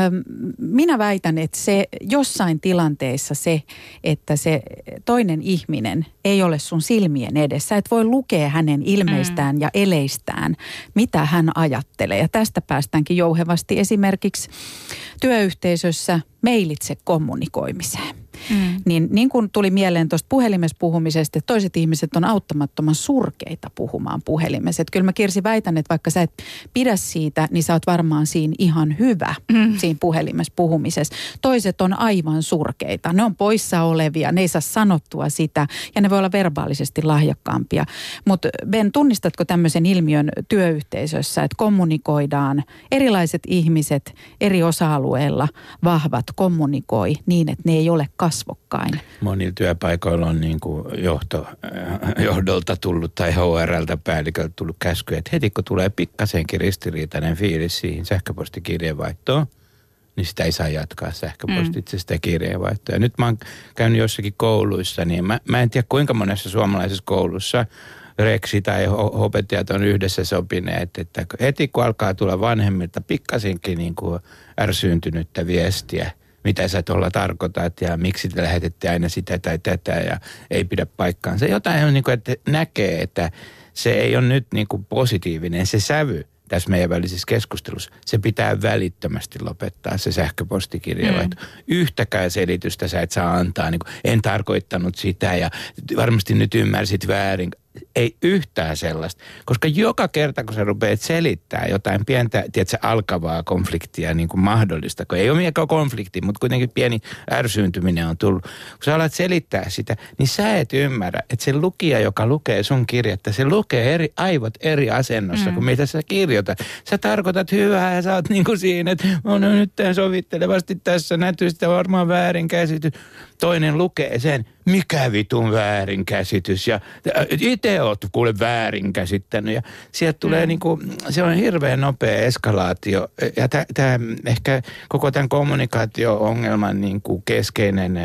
Speaker 2: minä väitän, että se jossain tilanteissa se, että se toinen ihminen ei ole sun silmien edessä. Et voi lukea hänen ilmeistään ja eleistään, mitä hän ajattelee. Ja tästä päästäänkin jouhevasti esimerkiksi työyhteisössä mailitse kommunikoimiseen. Niin kuin tuli mieleen tuosta puhelimessa puhumisesta, että toiset ihmiset on auttamattoman surkeita puhumaan puhelimessa. Että kyllä mä Kirsi väitän, että vaikka sä et pidä siitä, niin sä oot varmaan siinä ihan hyvä siinä puhelimessa puhumisessa. Toiset on aivan surkeita. Ne on poissa olevia, ne ei saa sanottua sitä ja ne voi olla verbaalisesti lahjakkaampia. Mutta Ben, tunnistatko tämmöisen ilmiön työyhteisössä, että kommunikoidaan, erilaiset ihmiset eri osa-alueilla vahvat kommunikoi niin, että ne ei ole kasvokkain?
Speaker 4: Monilla työpaikoilla on niin kuin johdolta tullut tai HR:ltä päälliköltä tullut käsky, että heti kun tulee pikkasenkin ristiriitainen fiilis siihen sähköpostikirjeenvaihtoon, niin sitä ei saa jatkaa sähköpostitse sitä kirjeenvaihtoa. Ja nyt mä oon käynyt jossakin kouluissa, niin mä en tiedä kuinka monessa suomalaisessa koulussa reksi tai opettajat on yhdessä sopineet, että heti kun alkaa tulla vanhemmilta pikkasenkin niin kuin ärsyyntynyttä viestiä, mitä sä tuolla tarkoitat ja miksi te lähetette aina sitä tai tätä ja ei pidä paikkaansa. Jotain on niin kuin, että näkee, että se ei ole nyt niin kuin positiivinen se sävy tässä meidän välisessä keskustelussa. Se pitää välittömästi lopettaa se sähköpostikirjeenvaihto. Yhtäkään selitystä sä et saa antaa, niin kuin, en tarkoittanut sitä ja varmasti nyt ymmärsit väärin. Ei yhtään sellaista, koska joka kerta, kun sä rupeat selittää jotain pientä, tiedätkö, alkavaa konfliktia niin kuin mahdollista, kun ei ole mikään konflikti, mutta kuitenkin pieni ärsyyntyminen on tullut. Kun sä alat selittää sitä, niin sä et ymmärrä, että se lukija, joka lukee sun kirjettä, se lukee aivot eri asennossa kuin mitä sä kirjoitat. Sä tarkoitat hyvää ja sä oot niin kuin siinä, että on nyt sovittelevasti tässä, näytyy sitä varmaan väärinkäsitys. Toinen lukee sen, mikä vitun väärinkäsitys ja itse oot kuule väärinkäsittänyt ja sieltä tulee niinku, se on hirveän nopea eskalaatio ja tämä ehkä koko tämän kommunikaatio-ongelman niinku keskeinen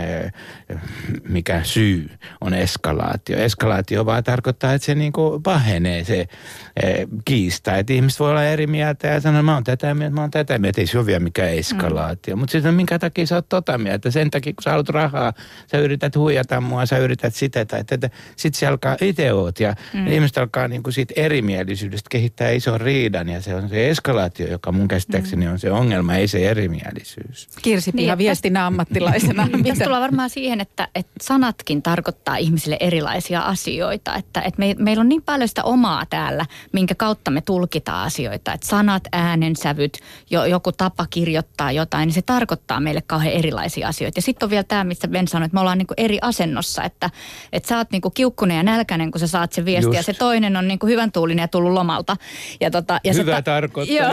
Speaker 4: mikä syy on eskalaatio. Eskalaatio vaan tarkoittaa, että se niinku pahenee se kiista, että ihmiset voi olla eri mieltä ja sanoa, mä oon tätä mieltä, ei se ole vielä mikään eskalaatio, mutta sitten minkä takia sä oot tota mieltä, sen takia kun sä haluat rahaa, sä yrität huijata mua, sä yrität sitä tai tätä. Sitten se alkaa itse oot ja ihmiset alkaa niinku siitä erimielisyydestä kehittää ison riidan ja se on se eskalaatio, joka mun käsittääkseni on se ongelma, ei se erimielisyys.
Speaker 2: Kirsi Piha viestinä ammattilaisena.
Speaker 3: Tässä tullaan varmaan siihen, että sanatkin tarkoittaa ihmisille erilaisia asioita. Että meillä on niin paljon sitä omaa täällä, minkä kautta me tulkitaan asioita. Että sanat, äänensävyt, joku tapa kirjoittaa jotain, niin se tarkoittaa meille kauhean erilaisia asioita. Ja sitten on vielä tämä, mistä Ben sanoi, että me ollaan niinku eri asennossa, että sä oot niinku kiukkunen ja nälkäinen, kun sä saat se viesti, ja se toinen on niinku hyvän tuulinen ja tullut lomalta. Ja
Speaker 4: hyvä tarkoittaa.
Speaker 3: Joo,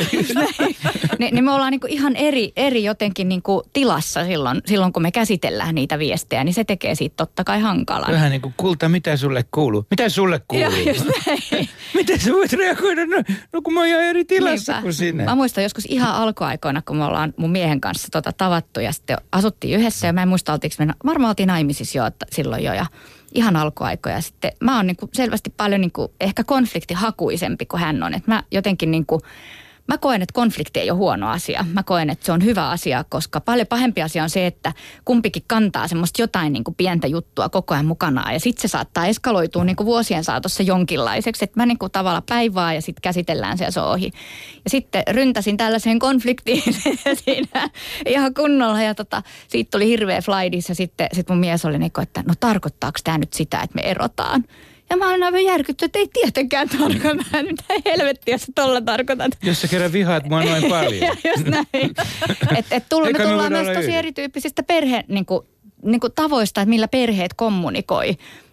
Speaker 3: niin me ollaan niinku ihan eri jotenkin niinku tilassa silloin, kun me käsitellään niitä viestejä, niin se tekee siitä totta kai hankalan.
Speaker 4: Vähän niin kuin kulta, mitä sulle kuuluu? Mitä sulle kuuluu?
Speaker 3: Joo, just näin.
Speaker 4: Miten sä voit reagoida? No kun mä oon ihan eri tilassa kuin sinä.
Speaker 3: Mä muistan joskus ihan alkuaikoina, kun me ollaan mun miehen kanssa tavattu ja sitten asuttiin yhdessä ja mä en muista, varmaan oltiin naimisissa jo silloin jo ja ihan alkuaikoja. Sitten mä oon niinku selvästi paljon niinku ehkä konfliktihakuisempi kuin hän on. Että mä jotenkin niinku, mä koen, että konflikti ei ole huono asia. Mä koen, että se on hyvä asia, koska paljon pahempi asia on se, että kumpikin kantaa semmoista jotain niin kuin pientä juttua koko ajan mukanaan. Ja sitten se saattaa eskaloitua niin kuin vuosien saatossa jonkinlaiseksi. Että mä niin kuin tavallaan päivää ja sitten käsitellään se ja se on ohi. Ja sitten ryntäsin tällaiseen konfliktiin siinä ihan kunnolla. Ja siitä tuli hirveä flaidis ja sitten mun mies oli niin kuin, että no tarkoittaako tämä nyt sitä, että me erotaan? Ja mä olen aivan järkytty, että ei tietenkään tarkoita. Mitä helvettiä sä tolla tarkoitat?
Speaker 4: Jos sä kerran vihaat mua noin paljon.
Speaker 3: Just näin. Me tullaan myös tosi erityyppisistä niin kuin tavoista, että millä perheet kommunikoi.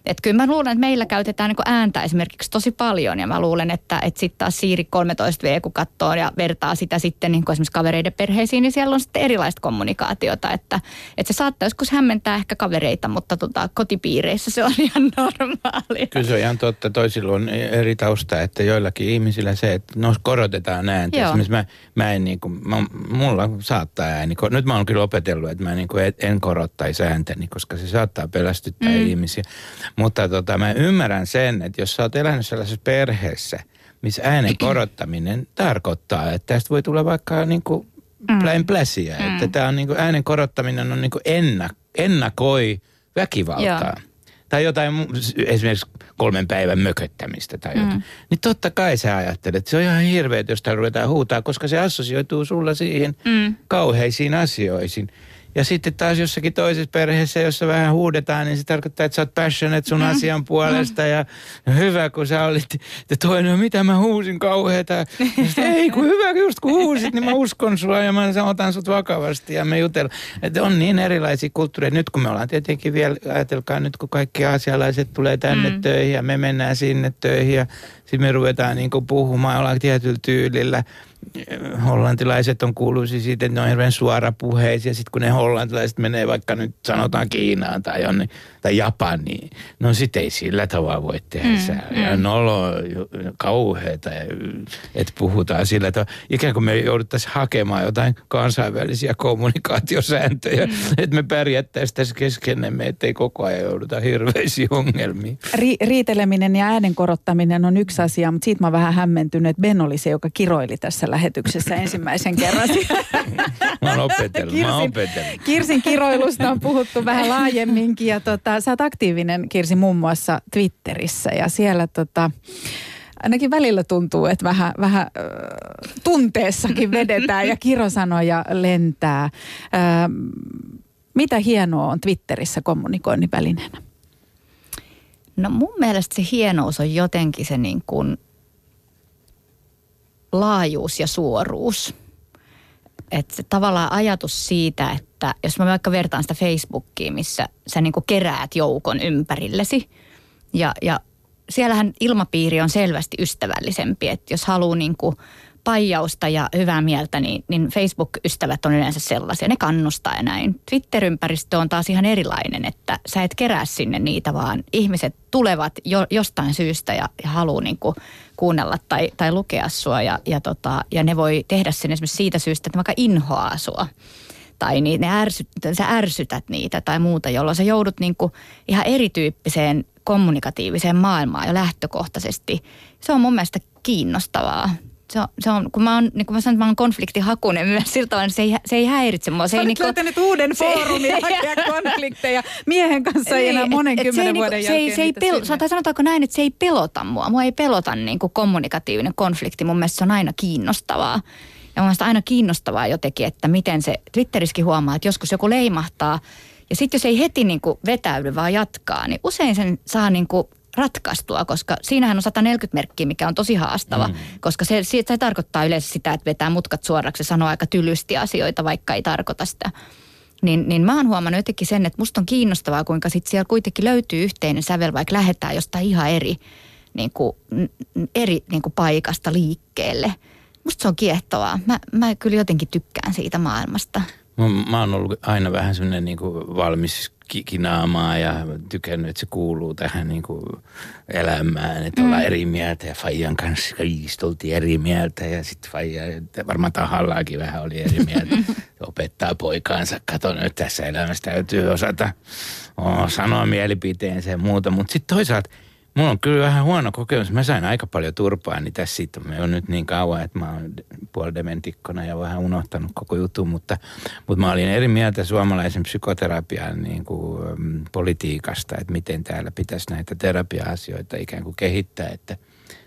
Speaker 3: Että kyllä mä luulen, että meillä käytetään niin kuin ääntä esimerkiksi tosi paljon ja mä luulen, että sitten taas Siiri 13V, kun katsoo ja vertaa sitä sitten niin kuin esimerkiksi kavereiden perheisiin, niin siellä on sitten erilaista kommunikaatiota, että se saattaa joskus hämmentää ehkä kavereita, mutta kotipiireissä se on ihan normaalia.
Speaker 4: Kyllä se on ihan totta. Toisilla on eri tausta, että joillakin ihmisillä se, että korotetaan ääntä.
Speaker 3: Joo.
Speaker 4: Esimerkiksi mä en niin kuin, mulla saattaa ääni. Nyt mä oon kyllä opetellut, että mä niin kuin en korottaisi ääntäni, koska se saattaa pelästyttää ihmisiä. Mutta mä ymmärrän sen, että jos sä oot elänyt sellaisessa perheessä, missä äänen korottaminen tarkoittaa, että tästä voi tulla vaikka niin kuin pläsiä. Että tää on niin kuin, äänen korottaminen on niin kuin ennakoi väkivaltaa. Joo. Tai jotain, esimerkiksi 3 päivän mököttämistä tai jotain. Niin totta kai sä ajattelet, että se on ihan hirveet, jos täällä ruvetaan huutaa, koska se assosioituu sulla siihen kauheisiin asioihin. Ja sitten taas jossakin toisessa perheessä, jossa vähän huudetaan, niin se tarkoittaa, että sä oot passionate sun asian puolesta ja hyvä, kun sä olit. Ja toinen, mitä mä huusin kauheeta. Ja sitten, ei, kun hyvä, just kun huusit, niin mä uskon sua ja mä otan sut vakavasti ja me jutellaan. Että on niin erilaisia kulttuureja. Nyt kun me ollaan tietenkin vielä, ajatelkaa nyt, kun kaikki aasialaiset tulee tänne töihin ja me mennään sinne töihin ja sitten me ruvetaan niin kuin puhumaan, ollaan tietyllä tyylillä. Hollantilaiset on kuuluisia siitä, että ne on hirveän suorapuheisia. Sitten kun ne hollantilaiset menee vaikka nyt sanotaan Kiinaan tai jonne, tai Japaniin, no sit ei sillä tavalla voi tehdä. Ja nolo kauheeta, että puhutaan sillä tavalla. Ikään kuin me jouduttaisiin hakemaan jotain kansainvälisiä kommunikaatiosääntöjä, että me pärjättäisiin tässä keskenemme, ettei koko ajan jouduta hirveisiin ongelmiin.
Speaker 2: Riiteleminen ja äänen korottaminen on yksi asia, mutta siitä mä oon vähän hämmentynyt, että Ben oli se, joka kiroili tässä lähetyksessä ensimmäisen kerran.
Speaker 4: Mä oon opetellut.
Speaker 2: Kirsin kiroilusta on puhuttu vähän laajemminkin ja sä oot aktiivinen, Kirsi, muun muassa Twitterissä ja siellä ainakin välillä tuntuu, että vähän tunteessakin vedetään ja kirosanoja lentää. Mitä hienoa on Twitterissä kommunikoinnin välineenä?
Speaker 3: No mun mielestä se hienous on jotenkin se niin kuin laajuus ja suoruus. Että se tavallaan ajatus siitä, että jos mä vaikka vertaan sitä Facebookiin, missä sä niinku keräät joukon ympärillesi ja siellähän ilmapiiri on selvästi ystävällisempi, että jos haluaa niinku paijausta ja hyvää mieltä, niin Facebook-ystävät on yleensä sellaisia, ne kannustaa ja näin. Twitter-ympäristö on taas ihan erilainen, että sä et kerää sinne niitä, vaan ihmiset tulevat jostain syystä ja haluaa niinku kuunnella tai lukea sua ja ne voi tehdä sen esimerkiksi siitä syystä, että vaikka inhoaa sua tai niin sä ärsytät niitä tai muuta, jolloin sä joudut niinku ihan erityyppiseen kommunikatiiviseen maailmaan jo lähtökohtaisesti. Se on mun mielestä kiinnostavaa. Se on, kun mä oon, niin kuin mä sanon, että mä oon konfliktihakuinen myös siltä tavalla, niin se ei häiritse mua.
Speaker 2: Sä olet löytänyt uuden foorumin hakea konflikteja miehen kanssa ei enää monen 10 vuoden jälkeen.
Speaker 3: Sanotaanko näin, että se ei pelota mua. Mua ei pelota niin kuin kommunikatiivinen konflikti. Mun mielestä se on aina kiinnostavaa. Ja mun mielestä aina kiinnostavaa jotenkin, että miten se Twitterissäkin huomaa, että joskus joku leimahtaa. Ja sitten jos ei heti niin kuin vetäydy, vaan jatkaa, niin usein sen saa niin kuin ratkaistua, koska siinähän on 140 merkkiä, mikä on tosi haastava, koska se tarkoittaa yleensä sitä, että vetää mutkat suoraksi ja sanoo aika tylysti asioita, vaikka ei tarkoita sitä. Niin mä oon huomannut jotenkin sen, että musta on kiinnostavaa, kuinka sitten siellä kuitenkin löytyy yhteinen sävel, vaikka lähdetään jostain ihan eri paikasta liikkeelle. Musta se on kiehtovaa. Mä kyllä jotenkin tykkään siitä maailmasta.
Speaker 4: Mä oon ollut aina vähän semmoinen niin kuin valmis kinaamaan ja tykännyt, että se kuuluu tähän niin kuin elämään, että ollaan eri mieltä ja Faijan kanssa oltiin eri mieltä ja sitten Faija varmaan tahallaakin vähän oli eri mieltä. Opettaa poikaansa, katon nyt tässä elämässä täytyy osata sanoa mielipiteensä ja muuta, mutta sitten toisaalta mulla on kyllä vähän huono kokemus. Mä sain aika paljon turpaa, niin tässä siitä on nyt niin kauan, että mä oon puolidementikkona ja vähän unohtanut koko jutun, mutta mä olin eri mieltä suomalaisen psykoterapian niin kuin politiikasta, että miten täällä pitäisi näitä terapia-asioita ikään kuin kehittää, että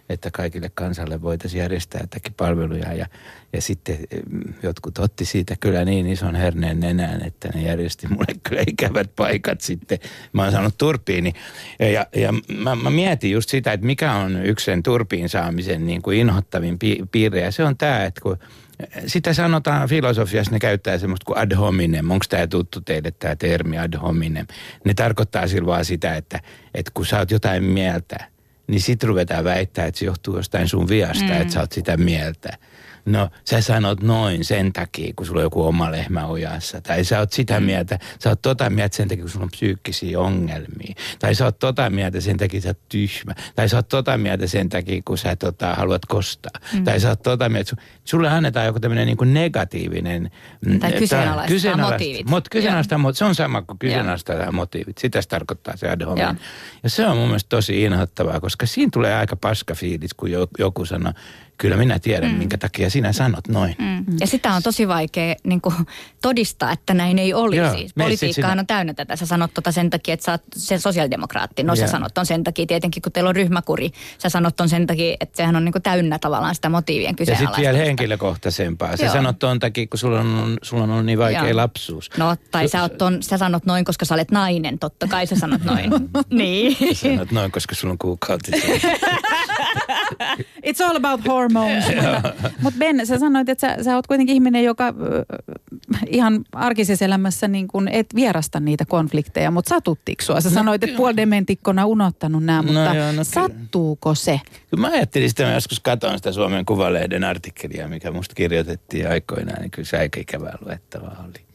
Speaker 4: että kaikille kansalle voitaisiin järjestää jotakin palveluja. Ja sitten jotkut otti siitä kyllä niin ison herneen nenään, että ne järjesti mulle kyllä ikävät paikat sitten. Mä oon saanut turpiini. Ja mä mietin just sitä, että mikä on yksi sen turpiin saamisen niin kuin inhottavin piirre. Ja se on tämä, että kun sitä sanotaan filosofiassa, ne käyttää semmoista kuin ad hominem. Onko tämä tuttu teille tämä termi ad hominem? Ne tarkoittaa sillä vaan sitä, että kun sä oot jotain mieltä, niin sit ruvetaan väittää, että se johtuu jostain sun viasta, että sä oot sitä mieltä. No, sä sanot noin sen takia, kun sulla on joku oma lehmä ojassa. Tai sä oot sitä mieltä, sä oot tota mieltä sen takia, kun sulla on psyykkisiä ongelmia. Tai sä oot tota mieltä sen takia, kun sä oot tyhmä. Tai sä oot tota mieltä sen takia, kun sä haluat kostaa. Tai sä oot tota mieltä, sulle annetaan joku tämmöinen niin kuin negatiivinen.
Speaker 3: Tai kyseenalaistaa motiivit.
Speaker 4: Se on sama kuin kyseenalaistaa motiivit. Sitä se tarkoittaa se ad hominem. Ja se on mun mielestä tosi inhottavaa, koska siinä tulee aika paska fiilis, kun joku sanoo, kyllä minä tiedän, minkä takia sinä sanot noin.
Speaker 3: Ja sitä on tosi vaikea niin kuin todistaa, että näin ei olisi. Politiikkahan on täynnä tätä. Sä sanot sen takia, että sä oot sen sosiaalidemokraatti. No sä sanot ton sen takia, tietenkin kun teillä on ryhmäkuri. Sä sanot ton sen takia, että sehän on niin kuin täynnä tavallaan sitä motiivien kyseenalaistamista.
Speaker 4: Ja sitten vielä henkilökohtaisempaa. Sä sanot ton takia, kun sulla on ollut niin vaikea lapsuus.
Speaker 3: No, tai sä sanot noin, koska sä olet nainen. Totta kai sä sanot noin. Niin.
Speaker 4: Sä sanot noin, koska sulla on kuukautisia.
Speaker 2: It's all about hormones. Mutta Ben, sä sanoit, että sä oot kuitenkin ihminen, joka ihan arkisessa elämässä niin kun et vierasta niitä konflikteja, mutta satuttiinko sua? Sä sanoit, että puolidementtikkona unohtanut nämä, mutta sattuuko se?
Speaker 4: Mä ajattelin sitä, mä joskus katsoin sitä Suomen Kuvalehden artikkelia, mikä musta kirjoitettiin aikoinaan, niin kyllä se aika ikävää luettavaa oli.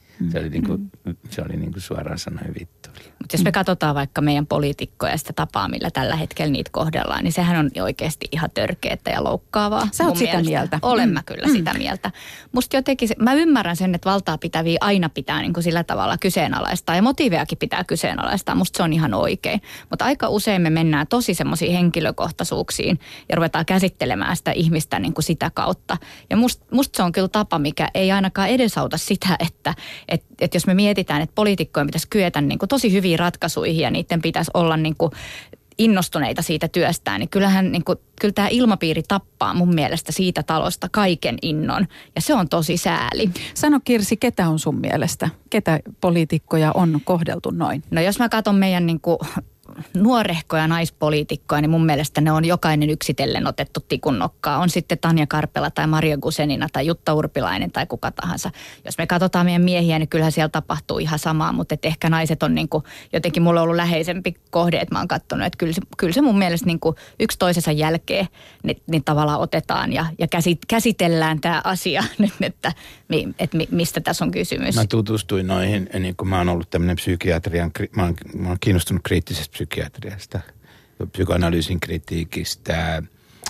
Speaker 4: Se oli niin kuin suoraan sanoen vittoli.
Speaker 3: Mutta jos me katsotaan vaikka meidän poliitikkoja ja sitä tapaa, millä tällä hetkellä niitä kohdellaan, niin sehän on oikeasti ihan törkeätä ja loukkaavaa.
Speaker 2: Sä oot sitä mieltä.
Speaker 3: Olen mä kyllä sitä mieltä. Musta jotenkin, mä ymmärrän sen, että valtaa pitäviä aina pitää niin kuin sillä tavalla kyseenalaistaa ja motiivejakin pitää kyseenalaistaa. Musta se on ihan oikein. Mutta aika usein me mennään tosi semmoisiin henkilökohtaisuuksiin ja ruvetaan käsittelemään sitä ihmistä niin kuin sitä kautta. Ja musta se on kyllä tapa, mikä ei ainakaan edesauta sitä, että jos me mietitään, että poliitikkojen pitäisi kyetä niin kuin tosi hyviin ratkaisuihin ja niiden pitäisi olla niin kuin innostuneita siitä työstään, niin kyllä tämä ilmapiiri tappaa mun mielestä siitä talosta kaiken innon. Ja se on tosi sääli.
Speaker 2: Sano Kirsi, ketä on sun mielestä? Ketä poliitikkoja on kohdeltu noin?
Speaker 3: No jos mä katson meidän niin kuin nuorehkoja naispoliitikkoja, niin mun mielestä ne on jokainen yksitellen otettu tikun nokkaa. On sitten Tanja Karpela tai Maria Guzenina tai Jutta Urpilainen tai kuka tahansa. Jos me katsotaan meidän miehiä, niin kyllähän siellä tapahtuu ihan samaa, mutta ehkä naiset on niin kuin jotenkin mulle ollut läheisempi kohde, että mä oon katsonut, että kyllä se mun mielestä niin kuin yksi toisensa jälkeen niin tavallaan otetaan ja käsitellään tämä asia nyt, että mistä tässä on kysymys.
Speaker 4: Mä tutustuin noihin, niin kuin mä oon ollut tämmöinen mä oon kiinnostunut kriittisestä psykiatriasta, psykoanalyysin kritiikistä,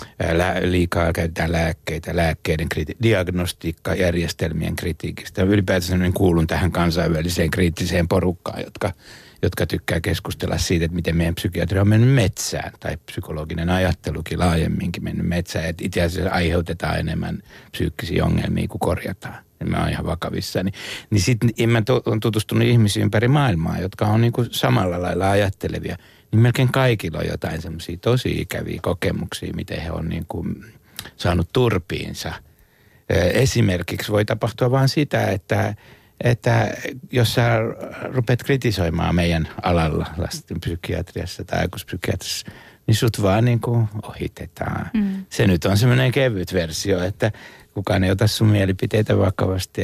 Speaker 4: liikaa käytetään lääkkeitä, lääkkeiden diagnostiikkajärjestelmien kritiikistä. Ylipäätään kuulun tähän kansainväliseen kriittiseen porukkaan, jotka tykkää keskustella siitä, että miten meidän psykiatria on mennyt metsään, tai psykologinen ajattelukin laajemminkin mennyt metsään, että itse asiassa aiheutetaan enemmän psyykkisiä ongelmia kuin korjataan. Mä oon ihan vakavissani. Niin sitten mä oon tutustunut ihmisiin ympäri maailmaa, jotka on niin kuin samalla lailla ajattelevia. Niin melkein kaikilla on jotain semmoisia tosi ikäviä kokemuksia, miten he on niin kuin saanut turpiinsa. Esimerkiksi voi tapahtua vaan sitä, että jos sä rupeat kritisoimaan meidän alalla lasten psykiatriassa tai aikuispsykiatriassa, niin sut vaan niin kuin ohitetaan. Se nyt on semmoinen kevyt versio, että kukaan ei ota sun mielipiteitä vakavasti,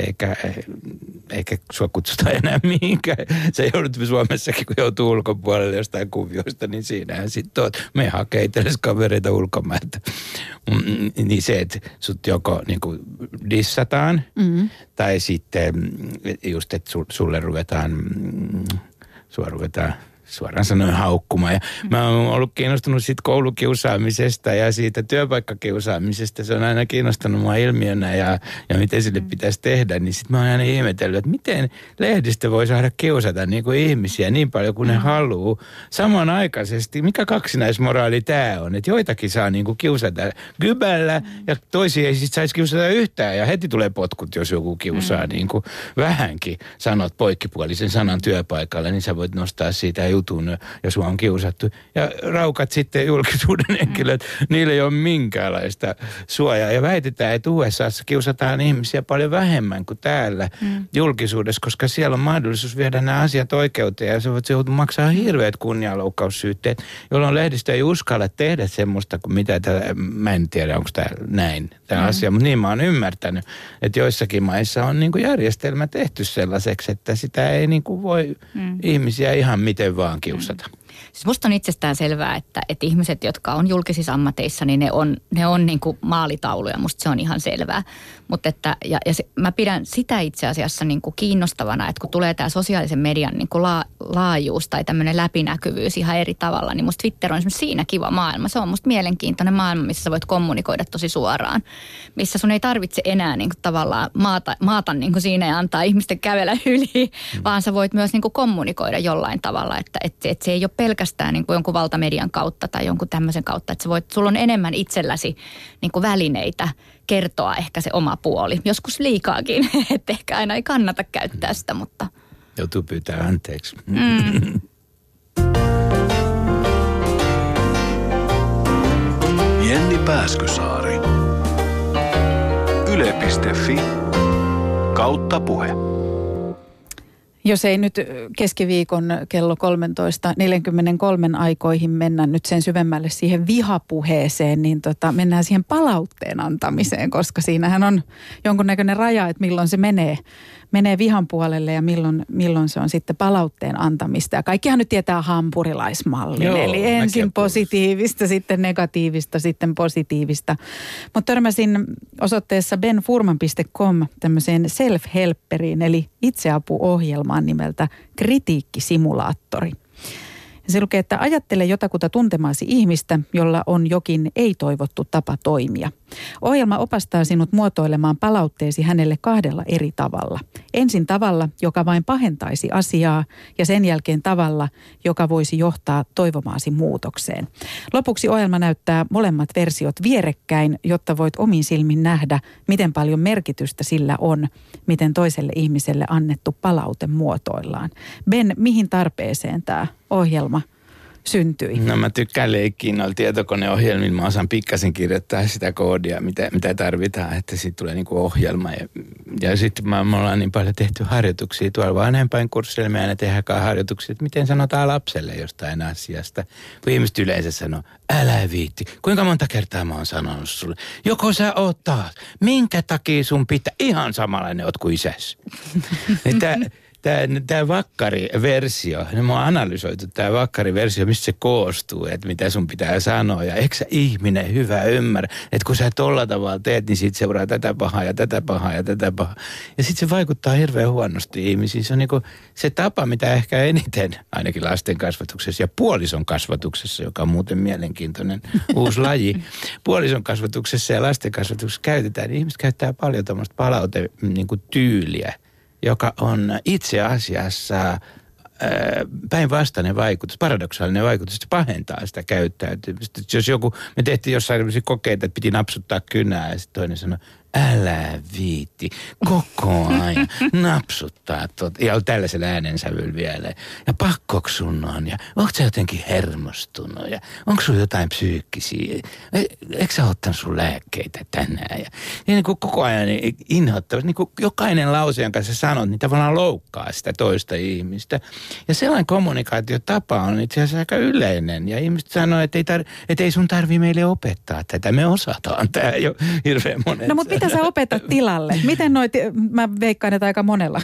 Speaker 4: eikä sua kutsuta enää mihinkään. Sä joudut Suomessakin, kun joutuu ulkopuolelle jostain kuvioista, niin siinähän sitten oot. Me hakee itsellesi kavereita ulkomailta. Niin se, että sut joko niin kuin dissataan, tai sitten just, että sulle ruvetaan suoraan sanoen haukkumaan. Ja mä oon ollut kiinnostunut siitä koulukiusaamisesta ja siitä työpaikkakiusaamisesta. Se on aina kiinnostanut mua ilmiönä ja miten sille pitäisi tehdä. Niin sit mä oon aina ihmetellyt, että miten lehdistö voi saada kiusata niin kuin ihmisiä niin paljon kuin ne haluaa. Samanaikaisesti, mikä kaksinaismoraali tää on? Että joitakin saa niin kuin kiusata gybällä ja toisia ei sit saisi kiusata yhtään. Ja heti tulee potkut, jos joku kiusaa niin kuin vähänkin. Sanot poikkipuolisen sanan työpaikalle, niin sä voit nostaa siitä jutun ja sua on kiusattu. Ja raukat sitten julkisuuden henkilöt, niillä ei ole minkäänlaista suojaa. Ja väitetään, että USAssa kiusataan ihmisiä paljon vähemmän kuin täällä julkisuudessa, koska siellä on mahdollisuus viedä nämä asiat oikeuteen ja se joutuu maksaa hirveät kunnianloukkaussyytteet, jolloin lehdistö ei uskalla tehdä semmoista kuin mitä mä en tiedä, onko tämä näin tämä asia, mutta niin mä oon ymmärtänyt, että joissakin maissa on niin kuin järjestelmä tehty sellaiseksi, että sitä ei niin kuin voi ihmisiä ihan miten vaan kiusata.
Speaker 3: Siis musta on itsestään selvää, että ihmiset, jotka on julkisissa ammateissa, niin ne on niin kuin maalitauluja. Musta se on ihan selvää. Mutta mä pidän sitä itse asiassa niin kuin kiinnostavana, että kun tulee tämä sosiaalisen median niin kuin laajuus tai tämmöinen läpinäkyvyys ihan eri tavalla, niin musta Twitter on esimerkiksi siinä kiva maailma. Se on musta mielenkiintoinen maailma, missä sä voit kommunikoida tosi suoraan. Missä sun ei tarvitse enää niin kuin tavallaan maata niin kuin siinä ja antaa ihmisten kävellä yli, vaan sä voit myös niin kuin kommunikoida jollain tavalla, että se ei ole pelkästään niin kuin jonkun valtamedian kautta tai jonkun tämmöisen kautta, että sulla on enemmän itselläsi niin kuin välineitä kertoa ehkä se oma puoli. Joskus liikaakin, että ehkä aina ei kannata käyttää sitä, mutta...
Speaker 4: Joutuu pyytää anteeksi.
Speaker 1: Jenni Pääskysaari. Yle.fi/puhe.
Speaker 2: Jos ei nyt keskiviikon kello 13.43 aikoihin mennä nyt sen syvemmälle siihen vihapuheeseen, niin mennään siihen palautteen antamiseen, koska siinähän on jonkunnäköinen raja, että milloin se menee vihan puolelle ja milloin se on sitten palautteen antamista. Ja kaikkihan nyt tietää hampurilaismallin, eli ensin positiivista, sitten negatiivista, sitten positiivista. Mutta törmäsin osoitteessa benfurman.com tämmöiseen self-helpperiin, eli itseapuohjelmaan nimeltä Kritiikkisimulaattori. Se lukee, että ajattele jotakuta tuntemaasi ihmistä, jolla on jokin ei-toivottu tapa toimia. Ohjelma opastaa sinut muotoilemaan palautteesi hänelle 2 eri tavalla. Ensin tavalla, joka vain pahentaisi asiaa, ja sen jälkeen tavalla, joka voisi johtaa toivomaasi muutokseen. Lopuksi ohjelma näyttää molemmat versiot vierekkäin, jotta voit omin silmin nähdä, miten paljon merkitystä sillä on, miten toiselle ihmiselle annettu palaute muotoillaan. Ben, mihin tarpeeseen tämä ohjelma syntyi?
Speaker 4: No mä tykkään leikkiä noilla tietokoneohjelmilla. Mä osaan pikkasen kirjoittaa sitä koodia, mitä tarvitaan, että siitä tulee niinku ohjelma. Ja sitten me ollaan niin paljon tehty harjoituksia tuolla vanhempainkursseilla. Me aina tehdään harjoituksia, että miten sanotaan lapselle jostain asiasta. Kun ihmiset yleensä sanoo, älä viitti. Kuinka monta kertaa mä oon sanonut sulle? Joko sä oot taas? Minkä takia sun pitää? Ihan samanlainen oot kuin isäsi. Tämä vakkariversio, me on analysoitu tämä vakkariversio, mistä se koostuu, että mitä sun pitää sanoa. Ja eikö sä ihminen hyvä ymmärrä, että kun sä tolla tavalla teet, niin siitä seuraa tätä pahaa ja tätä pahaa ja tätä pahaa. Ja sitten se vaikuttaa hirveän huonosti ihmisiin. Se on niinku se tapa, mitä ehkä eniten, ainakin lasten kasvatuksessa ja puolison kasvatuksessa, joka on muuten mielenkiintoinen uusi laji. Puolison kasvatuksessa ja lasten kasvatuksessa käytetään, niin ihmiset käyttää paljon tämmöistä palaute-tyyliä, joka on itse asiassa päinvastainen vaikutus, paradoksaalinen vaikutus, että pahentaa sitä käyttäytymistä. Jos me tehtiin jossain kokeita, että piti napsuttaa kynää ja sitten toinen sanoi, älä viitti, koko ajan napsuttaa ja tällaisella äänensävyllä vielä. Ja pakkoks sun on ja onko sä jotenkin hermostunut ja onko sun jotain psyykkisiä, eikö sä ottanut sun lääkkeitä tänään? Ja niin kuin koko ajan inhottavasti, niin kuin jokainen lause, jonka sä sanot, niin tavallaan loukkaa sitä toista ihmistä. Ja sellainen kommunikaatiotapa on itse asiassa aika yleinen ja ihmiset sanoo, että ei sun tarvitse meille opettaa tätä, me osataan tämä jo hirveän monet.
Speaker 2: No mutta mitä sä opetat tilalle? Miten mä veikkaan, että aika monella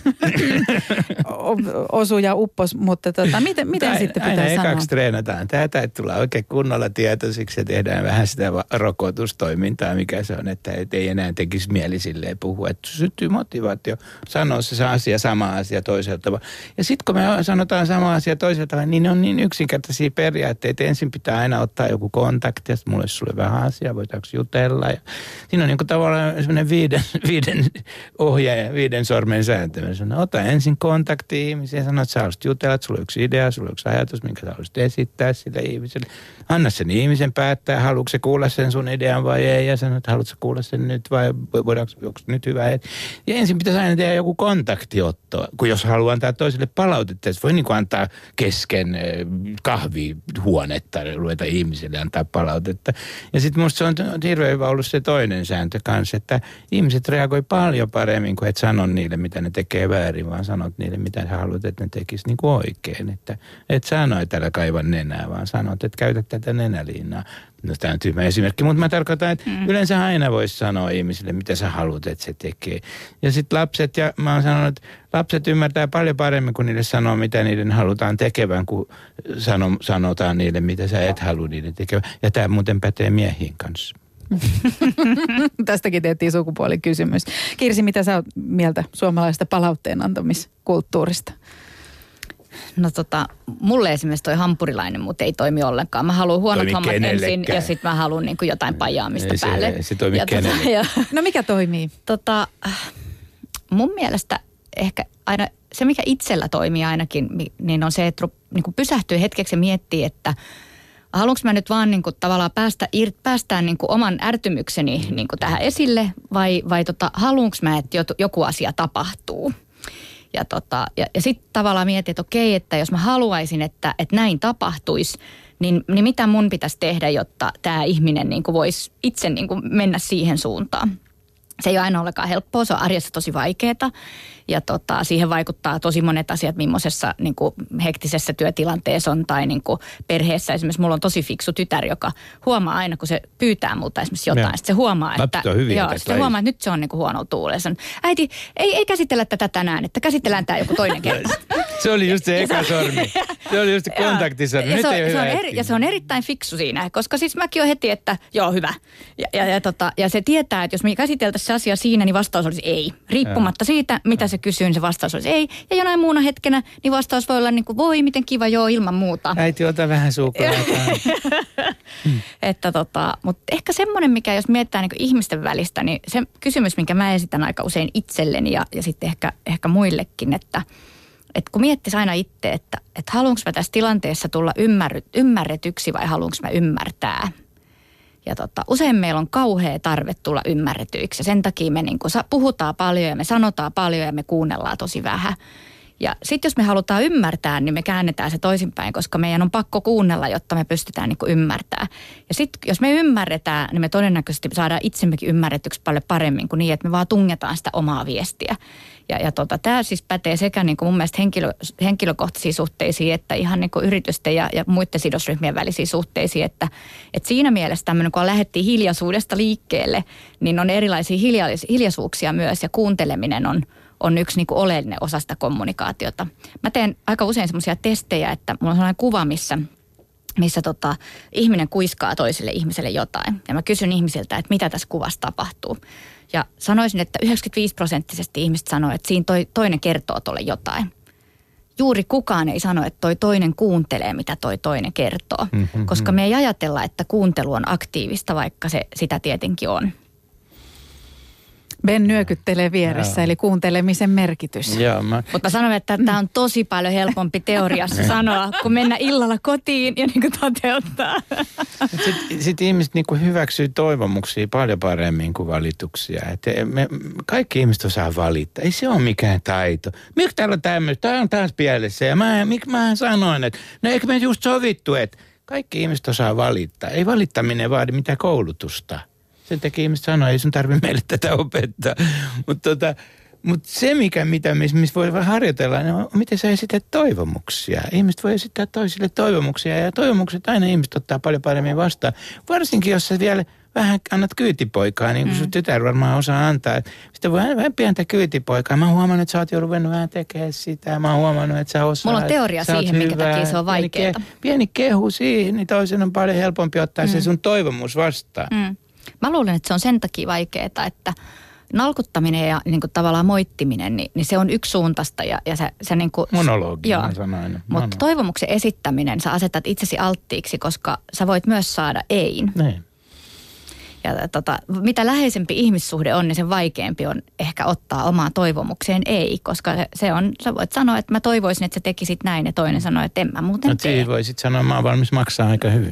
Speaker 2: osuu ja uppos, mutta miten sitten pitää sanoa?
Speaker 4: Aina ekaksi treenataan tätä, että tullaan oikein kunnolla tietoisiksi ja tehdään vähän sitä rokotustoimintaa, mikä se on, että ei enää tekisi mieli silleen puhua. Että syntyy motivaatio sanoa se sama asia toiselta tavalla. Ja sitten kun me sanotaan sama asia toiselta tavalla, niin ne on niin yksinkertaisia periaatteita. Ensin pitää aina ottaa joku kontakti ja mulle sulle vähän asiaa, voitaanko jutella. Ja siinä on niin kuin tavallaan semmoinen viiden sormen sääntö. Mä sanon, ota ensin kontakti ihmisiä ja sano, että sä haluaisit jutella, että sulla on yksi idea, sulla on yksi ajatus, minkä sä haluaisit esittää sille ihmiselle. Anna sen ihmisen päättää, haluatko se kuulla sen sun idean vai ei, ja sano, että haluatko se kuulla sen nyt vai onko nyt hyvä hetki. Ja ensin pitäisi aina tehdä joku kontaktiotto, kun jos haluaa antaa toiselle palautetta, että voi niin kuin antaa kesken kahvihuonetta, ruveta ihmiselle antaa palautetta. Ja sitten musta se on hirveän hyvä ollut se toinen sääntö kanssa, että ihmiset reagoi paljon paremmin, kuin et sano niille, mitä ne tekee väärin, vaan sanot niille, mitä sä haluat, että ne tekisi niin kuin oikein. Että et sano, että älä kaiva nenää, vaan sanot, että käytä tätä nenäliinaa. No tämä on tyhmä esimerkki, mutta mä tarkoitan, että yleensä aina voisi sanoa ihmisille, mitä sä haluat, että se tekee. Ja sitten lapset, ja mä oon sanonut, että lapset ymmärtää paljon paremmin, kun niille sanoo, mitä niiden halutaan tekevän, kun sanotaan niille, mitä sä et halua niiden tekevän. Ja tämä muuten pätee miehiin kanssa.
Speaker 2: Tästäkin tehtiin sukupuolikysymys. Kirsi, mitä sä oot mieltä suomalaisesta palautteen antamiskulttuurista?
Speaker 3: No mulle esimerkiksi toi hampurilainen mut ei toimi ollenkaan. Mä haluan huonot hommat ensin ja sitten mä haluan niinku jotain pajaamista päälle.
Speaker 4: Se toimii kenellekään.
Speaker 2: No mikä toimii?
Speaker 3: Mun mielestä ehkä aina se, mikä itsellä toimii ainakin, niin on se, että niinku pysähtyy hetkeksi ja miettii, että haluanko mä nyt vaan niinku tavallaan päästään niinku oman ärtymykseni niinku tähän esille vai haluanko mä, että joku asia tapahtuu. Ja sitten tavallaan mietin, että okei, että jos mä haluaisin, että näin tapahtuisi, niin mitä mun pitäisi tehdä, jotta tämä ihminen niin kuin voisi itse niin kuin mennä siihen suuntaan. Se ei ole aina ollenkaan helppoa, se on arjessa tosi vaikeaa ja siihen vaikuttaa tosi monet asiat, millaisessa niin kuin hektisessä työtilanteessa on tai niin kuin perheessä. Esimerkiksi mulla on tosi fiksu tytär, joka huomaa aina, kun se pyytää multa esimerkiksi jotain. Sitten se huomaa, että, että nyt se on niin kuin huono tuuli. Äiti, ei käsitellä tätä tänään, että käsitellään tämä joku toinen kerta.
Speaker 4: Se oli just se eka sormi. Se oli just se kontaktisormi. Nyt ei ole hyvä hetki.
Speaker 3: Ja se on erittäin fiksu siinä, koska siis mäkin olen heti, että joo, hyvä. Ja se tietää, että jos me käsiteltäisiin se asia siinä, niin vastaus olisi ei. Riippumatta siitä, mitä se kysyy, niin se vastaus olisi ei. Ja jonain muuna hetkenä, niin vastaus voi olla niin kuin, voi, miten kiva, joo, ilman muuta.
Speaker 4: Äiti, ota vähän suklaata.
Speaker 3: Mutta ehkä semmoinen, mikä jos mietitään niin kuin ihmisten välistä, niin se kysymys, minkä mä esitän aika usein itselleni ja sitten ehkä muillekin, että kun miettisi aina itse, että haluanko mä tässä tilanteessa tulla ymmärretyksi vai haluanko mä ymmärtää. Ja usein meillä on kauhea tarve tulla ymmärretyiksi ja sen takia me niin kuin puhutaan paljon ja me sanotaan paljon ja me kuunnellaan tosi vähän. Ja sitten jos me halutaan ymmärtää, niin me käännetään se toisinpäin, koska meidän on pakko kuunnella, jotta me pystytään niin kuin ymmärtämään. Ja sitten jos me ymmärretään, niin me todennäköisesti saadaan itsemmekin ymmärretyksi paljon paremmin kuin niin, että me vaan tungetaan sitä omaa viestiä. Ja tämä siis pätee sekä niin kuin mun mielestä henkilökohtaisiin suhteisiin, että ihan niin kuin yritysten ja muiden sidosryhmien välisiin suhteisiin. Että siinä mielessä tämmöinen, kun lähdettiin hiljaisuudesta liikkeelle, niin on erilaisia hiljaisuuksia myös ja kuunteleminen on yksi niin kuin oleellinen osa sitä kommunikaatiota. Mä teen aika usein semmoisia testejä, että mulla on sellainen kuva, missä ihminen kuiskaa toiselle ihmiselle jotain. Ja mä kysyn ihmisiltä, että mitä tässä kuvassa tapahtuu. Ja sanoisin, että 95% ihmiset sanoo, että siinä toinen kertoo tolle jotain. Juuri kukaan ei sano, että toi toinen kuuntelee, mitä toi toinen kertoo. Koska me ei ajatella, että kuuntelu on aktiivista, vaikka se sitä tietenkin on.
Speaker 2: Ben nyökyttelee vieressä, eli kuuntelemisen merkitys.
Speaker 3: Mutta sanon, että tämä on tosi paljon helpompi teoriassa sanoa, kun mennä illalla kotiin ja niin kuin toteuttaa.
Speaker 4: Sitten ihmiset niin kuin hyväksyy toivomuksia paljon paremmin kuin valituksia. Kaikki ihmiset osaa valittaa. Ei se ole mikään taito. Miksi täällä on tämmöistä? Tämä on taas pielessä. Ja mä sanoin, että no eikö me just sovittu, että kaikki ihmiset osaa valittaa. Ei valittaminen vaadi mitään koulutusta. Sen takia ihmiset sanoo, ei sun tarvitse meille tätä opettaa. Mutta se, missä voi harjoitella, niin on, miten sä esität toivomuksia. Ihmiset voi esittää toisille toivomuksia ja toivomukset aina ihmiset ottaa paljon paremmin vastaan. Varsinkin, jos sä vielä vähän annat kyytipoikaa, niin kuin sun tytär varmaan osaa antaa. Sitten voi vähän pientä kyytipoikaa. Mä oon huomannut, että sä oot jo ruvennut vähän tekemään sitä. Mä oon huomannut, että sä osaat.
Speaker 3: Mulla on teoria siihen, minkä takia se on vaikeaa.
Speaker 4: Pieni kehu siihen, niin toisen on paljon helpompi ottaa se sun toivomus vastaan.
Speaker 3: Mä luulen, että se on sen takia vaikeaa, että nalkuttaminen ja niin kuin tavallaan moittiminen, niin se on yksisuuntaista ja se niin kuin...
Speaker 4: Monologi, mä sanoin.
Speaker 3: Mutta toivomuksen esittäminen, sä asetat itsesi alttiiksi, koska sä voit myös saada ein.
Speaker 4: Niin.
Speaker 3: mitä läheisempi ihmissuhde on, niin sen vaikeampi on ehkä ottaa omaan toivomukseen ei, koska sä voit sanoa, että mä toivoisin, että sä tekisit näin ja toinen sanoo, että en mä muuten tee.
Speaker 4: No voisit sanoa, että mä oon valmis maksaa aika hyvin.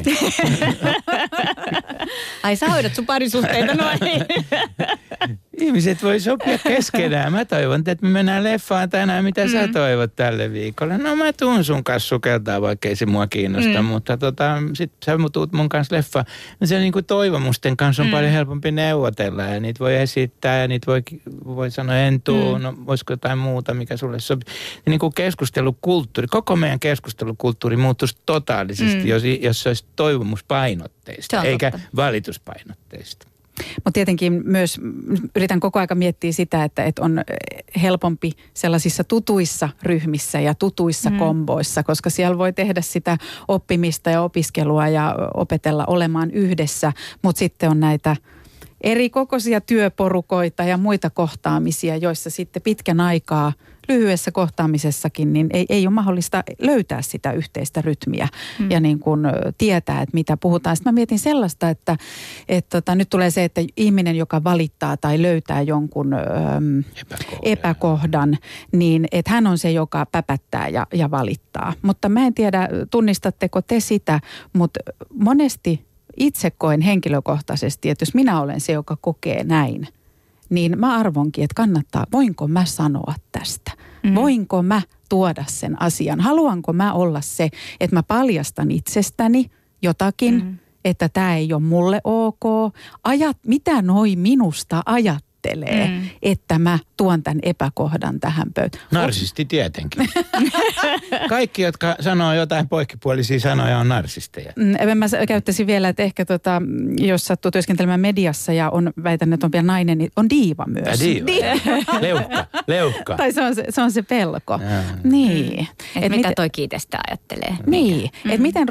Speaker 3: Ai sä hoidat sun parisuhteita noin.
Speaker 4: Ihmiset voi sopia keskenään. Mä toivon, että me mennään leffaan tänään, mitä sä toivot tälle viikolle. No mä tuun sun kanssa sukeltaa, vaikka ei se mua kiinnosta, mutta sit sä tuut mun kanssa leffaan. No se niin kuin toivomusten kanssa on paljon helpompi neuvotella ja niitä voi esittää ja niitä voi sanoa en tuu, no voisiko jotain muuta, mikä sulle sopii. Ja niin kuin keskustelukulttuuri, koko meidän keskustelukulttuuri muuttuisi totaalisesti, jos se olisi toivomuspainotteista, eikä valituspainotteista.
Speaker 2: Mutta tietenkin myös yritän koko aika miettiä sitä, että on helpompi sellaisissa tutuissa ryhmissä ja tutuissa komboissa, koska siellä voi tehdä sitä oppimista ja opiskelua ja opetella olemaan yhdessä, mutta sitten on näitä eri kokoisia työporukoita ja muita kohtaamisia, joissa sitten pitkän aikaa lyhyessä kohtaamisessakin niin ei ole mahdollista löytää sitä yhteistä rytmiä ja niin kuin tietää, että mitä puhutaan. Sitten mä mietin sellaista, että nyt tulee se, että ihminen, joka valittaa tai löytää jonkun epäkohdan, niin että hän on se, joka päpättää ja valittaa. Mutta mä en tiedä, tunnistatteko te sitä, mutta monesti itse koen henkilökohtaisesti, että jos minä olen se, joka kokee näin, niin mä arvonkin, että kannattaa, voinko mä sanoa tästä? Voinko mä tuoda sen asian? Haluanko mä olla se, että mä paljastan itsestäni jotakin, että tämä ei ole mulle ok? Mitä noi minusta ajattelee, että mä tuon tämän epäkohdan tähän pöytään?
Speaker 4: Narsisti tietenkin. Kaikki, jotka sanoo jotain poikkipuolisia sanoja, on narsisteja.
Speaker 2: Mä käyttäisin vielä, että ehkä jos sattuu työskentelemään mediassa ja väitän, että on vielä nainen, niin on diiva myös. Leukka. Tai se on se pelko. Niin.
Speaker 3: Mitä toi kiitestä ajattelee.
Speaker 2: Niin. Että miten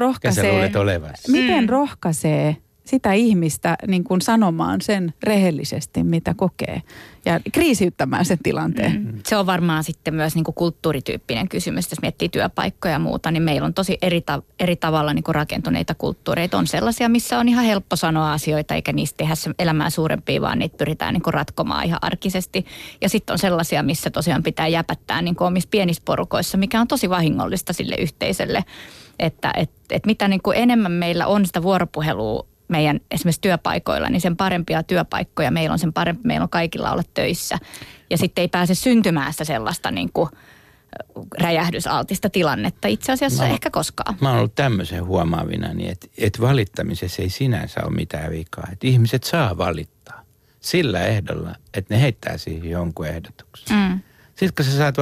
Speaker 2: rohkaisee sitä ihmistä niin kuin sanomaan sen rehellisesti, mitä kokee ja kriisiyttämään sen tilanteen.
Speaker 3: Se on varmaan sitten myös niin kuin kulttuurityyppinen kysymys. Jos miettii työpaikkoja ja muuta, niin meillä on tosi eri tavalla niin kuin rakentuneita kulttuureita. On sellaisia, missä on ihan helppo sanoa asioita, eikä niistä tehdä elämää suurempia, vaan niitä pyritään niin kuin ratkomaan ihan arkisesti. Ja sitten on sellaisia, missä tosiaan pitää jäpättää niin kuin omissa pienissä porukoissa, mikä on tosi vahingollista sille yhteisölle. Että mitä niin kuin enemmän meillä on sitä vuoropuhelua meidän esimerkiksi työpaikoilla, niin sen parempia työpaikkoja meillä on, sen parempi meillä on kaikilla olla töissä. Ja sitten ei pääse syntymään sitä sellaista niin kuin räjähdysaltista tilannetta itse asiassa ehkä koskaan.
Speaker 4: Mä oon ollut tämmöisen huomaavina, niin että valittamisessa ei sinänsä ole mitään vikaa. Että ihmiset saa valittaa sillä ehdolla, että ne heittää siihen jonkun ehdotuksen. Sitten kun sä saat,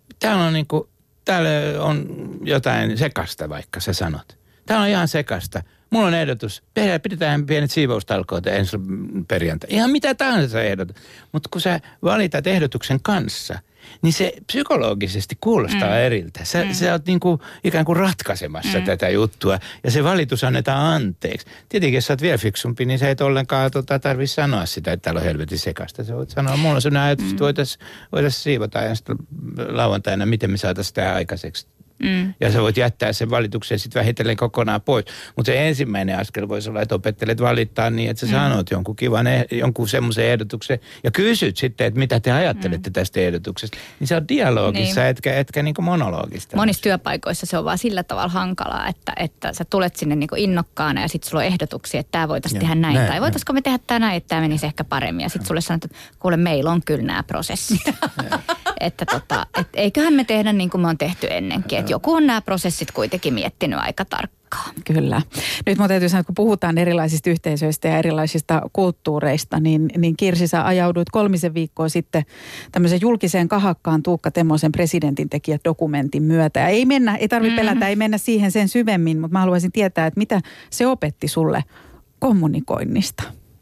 Speaker 4: täällä on jotain sekasta, vaikka sä sanot. Täällä on ihan sekasta. Mulla on ehdotus. Pidetään pienet siivoustalkoot ensi perjantai. Ihan mitä tahansa ehdotus. Mutta kun sä valitat ehdotuksen kanssa, niin se psykologisesti kuulostaa eriltä. Sä oot niinku ikään kuin ratkaisemassa tätä juttua ja se valitus annetaan anteeksi. Tietenkin jos sä oot vielä fiksumpi, niin sä et ollenkaan tarvitse sanoa sitä, että täällä on helvetin sekasta. Sä voit sanoa, mulla on sellainen ajatus, että voitaisiin siivota ja sitten lauantaina, miten me saataisiin tämä aikaiseksi. Ja sä voit jättää sen valituksen sitten vähitellen kokonaan pois. Mutta se ensimmäinen askel voisi olla, että opettelet valittaa niin, että sä sanot jonkun semmoisen ehdotuksen ja kysyt sitten, että mitä te ajattelette tästä ehdotuksesta. Niin se on dialogissa, etkä niin kuin monologista.
Speaker 3: Monissa työpaikoissa se on vaan sillä tavalla hankalaa, että sä tulet sinne niin kuin innokkaana ja sitten sulla on ehdotuksia, että tämä voitaisiin tehdä näin. Tai voitaisiko me tehdä tämä näin, että tämä menisi ehkä paremmin. Ja sitten sulle sanotaan, että kuule, meillä on kyllä nämä prosessit. että eiköhän me tehdä niin kuin me on tehty ennenkin. Että joku on nämä prosessit kuitenkin miettinyt aika tarkkaan.
Speaker 2: Kyllä. Nyt mun täytyy sanoa, että kun puhutaan erilaisista yhteisöistä ja erilaisista kulttuureista, niin Kirsi, sä ajauduit 3 viikkoa sitten tämmöisen julkiseen kahakkaan Tuukka Temosen presidentin tekijät -dokumentin myötä. Ja ei tarvitse pelätä, ei mennä siihen sen syvemmin, mutta mä haluaisin tietää, että mitä se opetti sulle kommunikoinnista?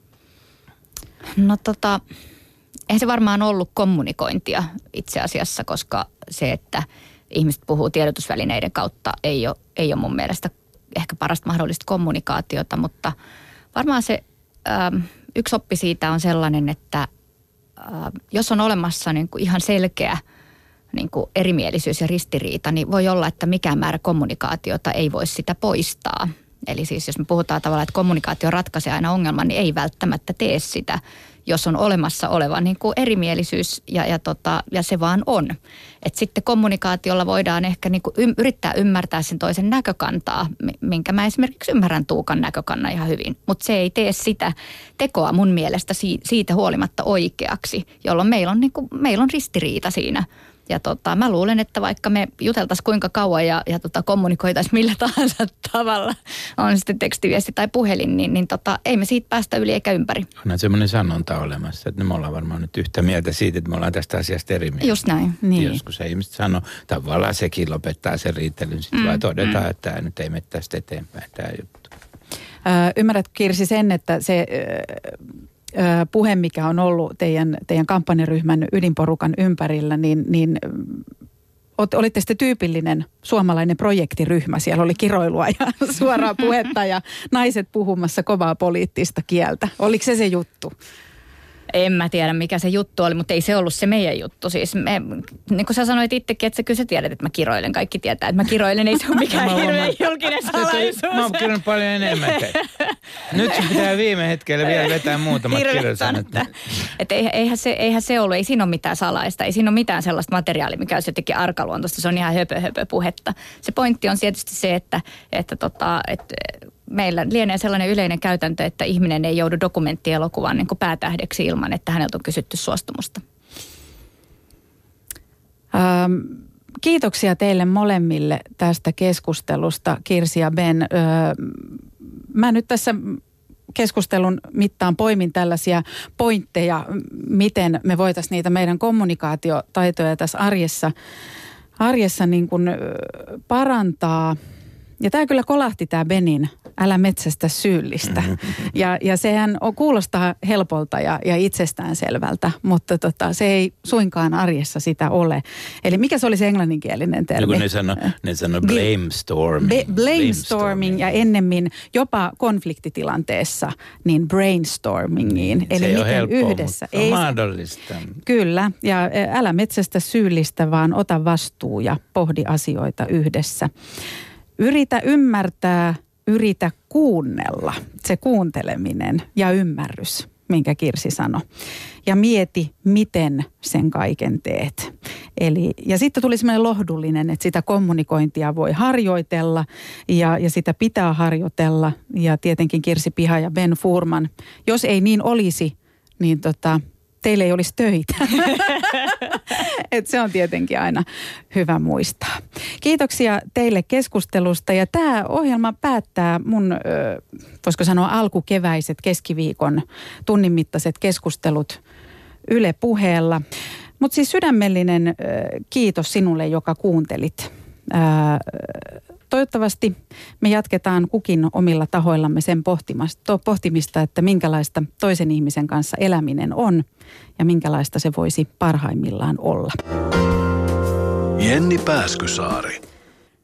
Speaker 3: No eihän se varmaan ollut kommunikointia itse asiassa, koska se, että ihmiset puhuu tiedotusvälineiden kautta, ei ole mun mielestä ehkä parasta mahdollista kommunikaatiota, mutta varmaan se yksi oppi siitä on sellainen, että jos on olemassa niin kuin ihan selkeä niin kuin erimielisyys ja ristiriita, niin voi olla, että mikään määrä kommunikaatiota ei voi sitä poistaa. Eli siis jos me puhutaan tavallaan, että kommunikaatio ratkaisee aina ongelman, niin ei välttämättä tee sitä, jos on olemassa oleva niin kuin erimielisyys ja se vaan on. Et sitten kommunikaatiolla voidaan ehkä niin kuin yrittää ymmärtää sen toisen näkökantaa, minkä mä esimerkiksi ymmärrän Tuukan näkökannan ihan hyvin. Mutta se ei tee sitä tekoa mun mielestä siitä huolimatta oikeaksi, jolloin meillä on ristiriita siinä. Ja mä luulen, että vaikka me juteltaisiin kuinka kauan ja kommunikoitaisiin millä tahansa tavalla, on sitten tekstiviesti tai puhelin, niin ei me siitä päästä yli eikä ympäri.
Speaker 4: On semmoinen sanonta olemassa, että me ollaan varmaan nyt yhtä mieltä siitä, että me ollaan tästä asiasta eri mieltä.
Speaker 3: Just näin. Niin.
Speaker 4: Joskus ihmiset sanoo, tavallaan sekin lopettaa sen riitelyn, sitten vaan todetaan, että tämä nyt ei mene tästä eteenpäin tämä juttu.
Speaker 2: Ymmärrätkö, Kirsi, sen, että se puhe, mikä on ollut teidän kampanjaryhmän ydinporukan ympärillä, niin olitte sitten tyypillinen suomalainen projektiryhmä. Siellä oli kiroilua ja suoraa puhetta ja naiset puhumassa kovaa poliittista kieltä. Oliko se juttu?
Speaker 3: En mä tiedä, mikä se juttu oli, mutta ei se ollut se meidän juttu. Siis niin kuin sä sanoit itsekin, että kyllä sä tiedät, että mä kiroilen. Kaikki tietää, että mä kiroilen. Ei se ole mikään hirveän julkinen salaisuus.
Speaker 4: Mä oon kirjoinut paljon enemmän teitä. Nyt sun pitää viime hetkellä vielä vetää muutamat kirjoisanat.
Speaker 3: Että eihän se ollut. Ei siinä ole mitään salaista. Ei siinä ole mitään sellaista materiaalia, mikä olisi jotenkin arkaluontoista. Se on ihan höpö puhetta. Se pointti on tietysti se, että meillä lienee sellainen yleinen käytäntö, että ihminen ei joudu dokumenttielokuvan niin kuin päätähdeksi ilman, että häneltä on kysytty suostumusta.
Speaker 2: Kiitoksia teille molemmille tästä keskustelusta, Kirsi ja Ben. Mä nyt tässä keskustelun mittaan poimin tällaisia pointteja, miten me voitaisiin niitä meidän kommunikaatiotaitoja tässä arjessa niin kuin parantaa. Ja tämä kyllä kolahti tämä Benin, älä metsästä syyllistä. Ja sehän kuulostaa helpolta ja itsestäänselvältä, mutta se ei suinkaan arjessa sitä ole. Eli mikä se oli se englanninkielinen termi?
Speaker 4: Joku ne sano blamestorming.
Speaker 2: Blamestorming ja ennemmin jopa konfliktitilanteessa niin brainstormingiin.
Speaker 4: Se
Speaker 2: eli
Speaker 4: ei
Speaker 2: miten
Speaker 4: ole helppoa,
Speaker 2: yhdessä.
Speaker 4: mutta on mahdollista.
Speaker 2: Kyllä, ja älä metsästä syyllistä, vaan ota vastuu ja pohdi asioita yhdessä. Yritä ymmärtää, yritä kuunnella, se kuunteleminen ja ymmärrys, minkä Kirsi sanoi. Ja mieti, miten sen kaiken teet. Ja sitten tuli semmoinen lohdullinen, että sitä kommunikointia voi harjoitella ja sitä pitää harjoitella. Ja tietenkin Kirsi Piha ja Ben Furman, jos ei niin olisi, niin teille ei olisi töitä. Et se on tietenkin aina hyvä muistaa. Kiitoksia teille keskustelusta ja tämä ohjelma päättää mun, voisiko sanoa alkukeväiset keskiviikon tunnin mittaiset keskustelut Yle Puheella. Mutta siis sydämellinen kiitos sinulle, joka kuuntelit. Toivottavasti me jatketaan kukin omilla tahoillamme sen pohtimista, että minkälaista toisen ihmisen kanssa eläminen on ja minkälaista se voisi parhaimmillaan olla.
Speaker 1: Jenni Pääskysaari.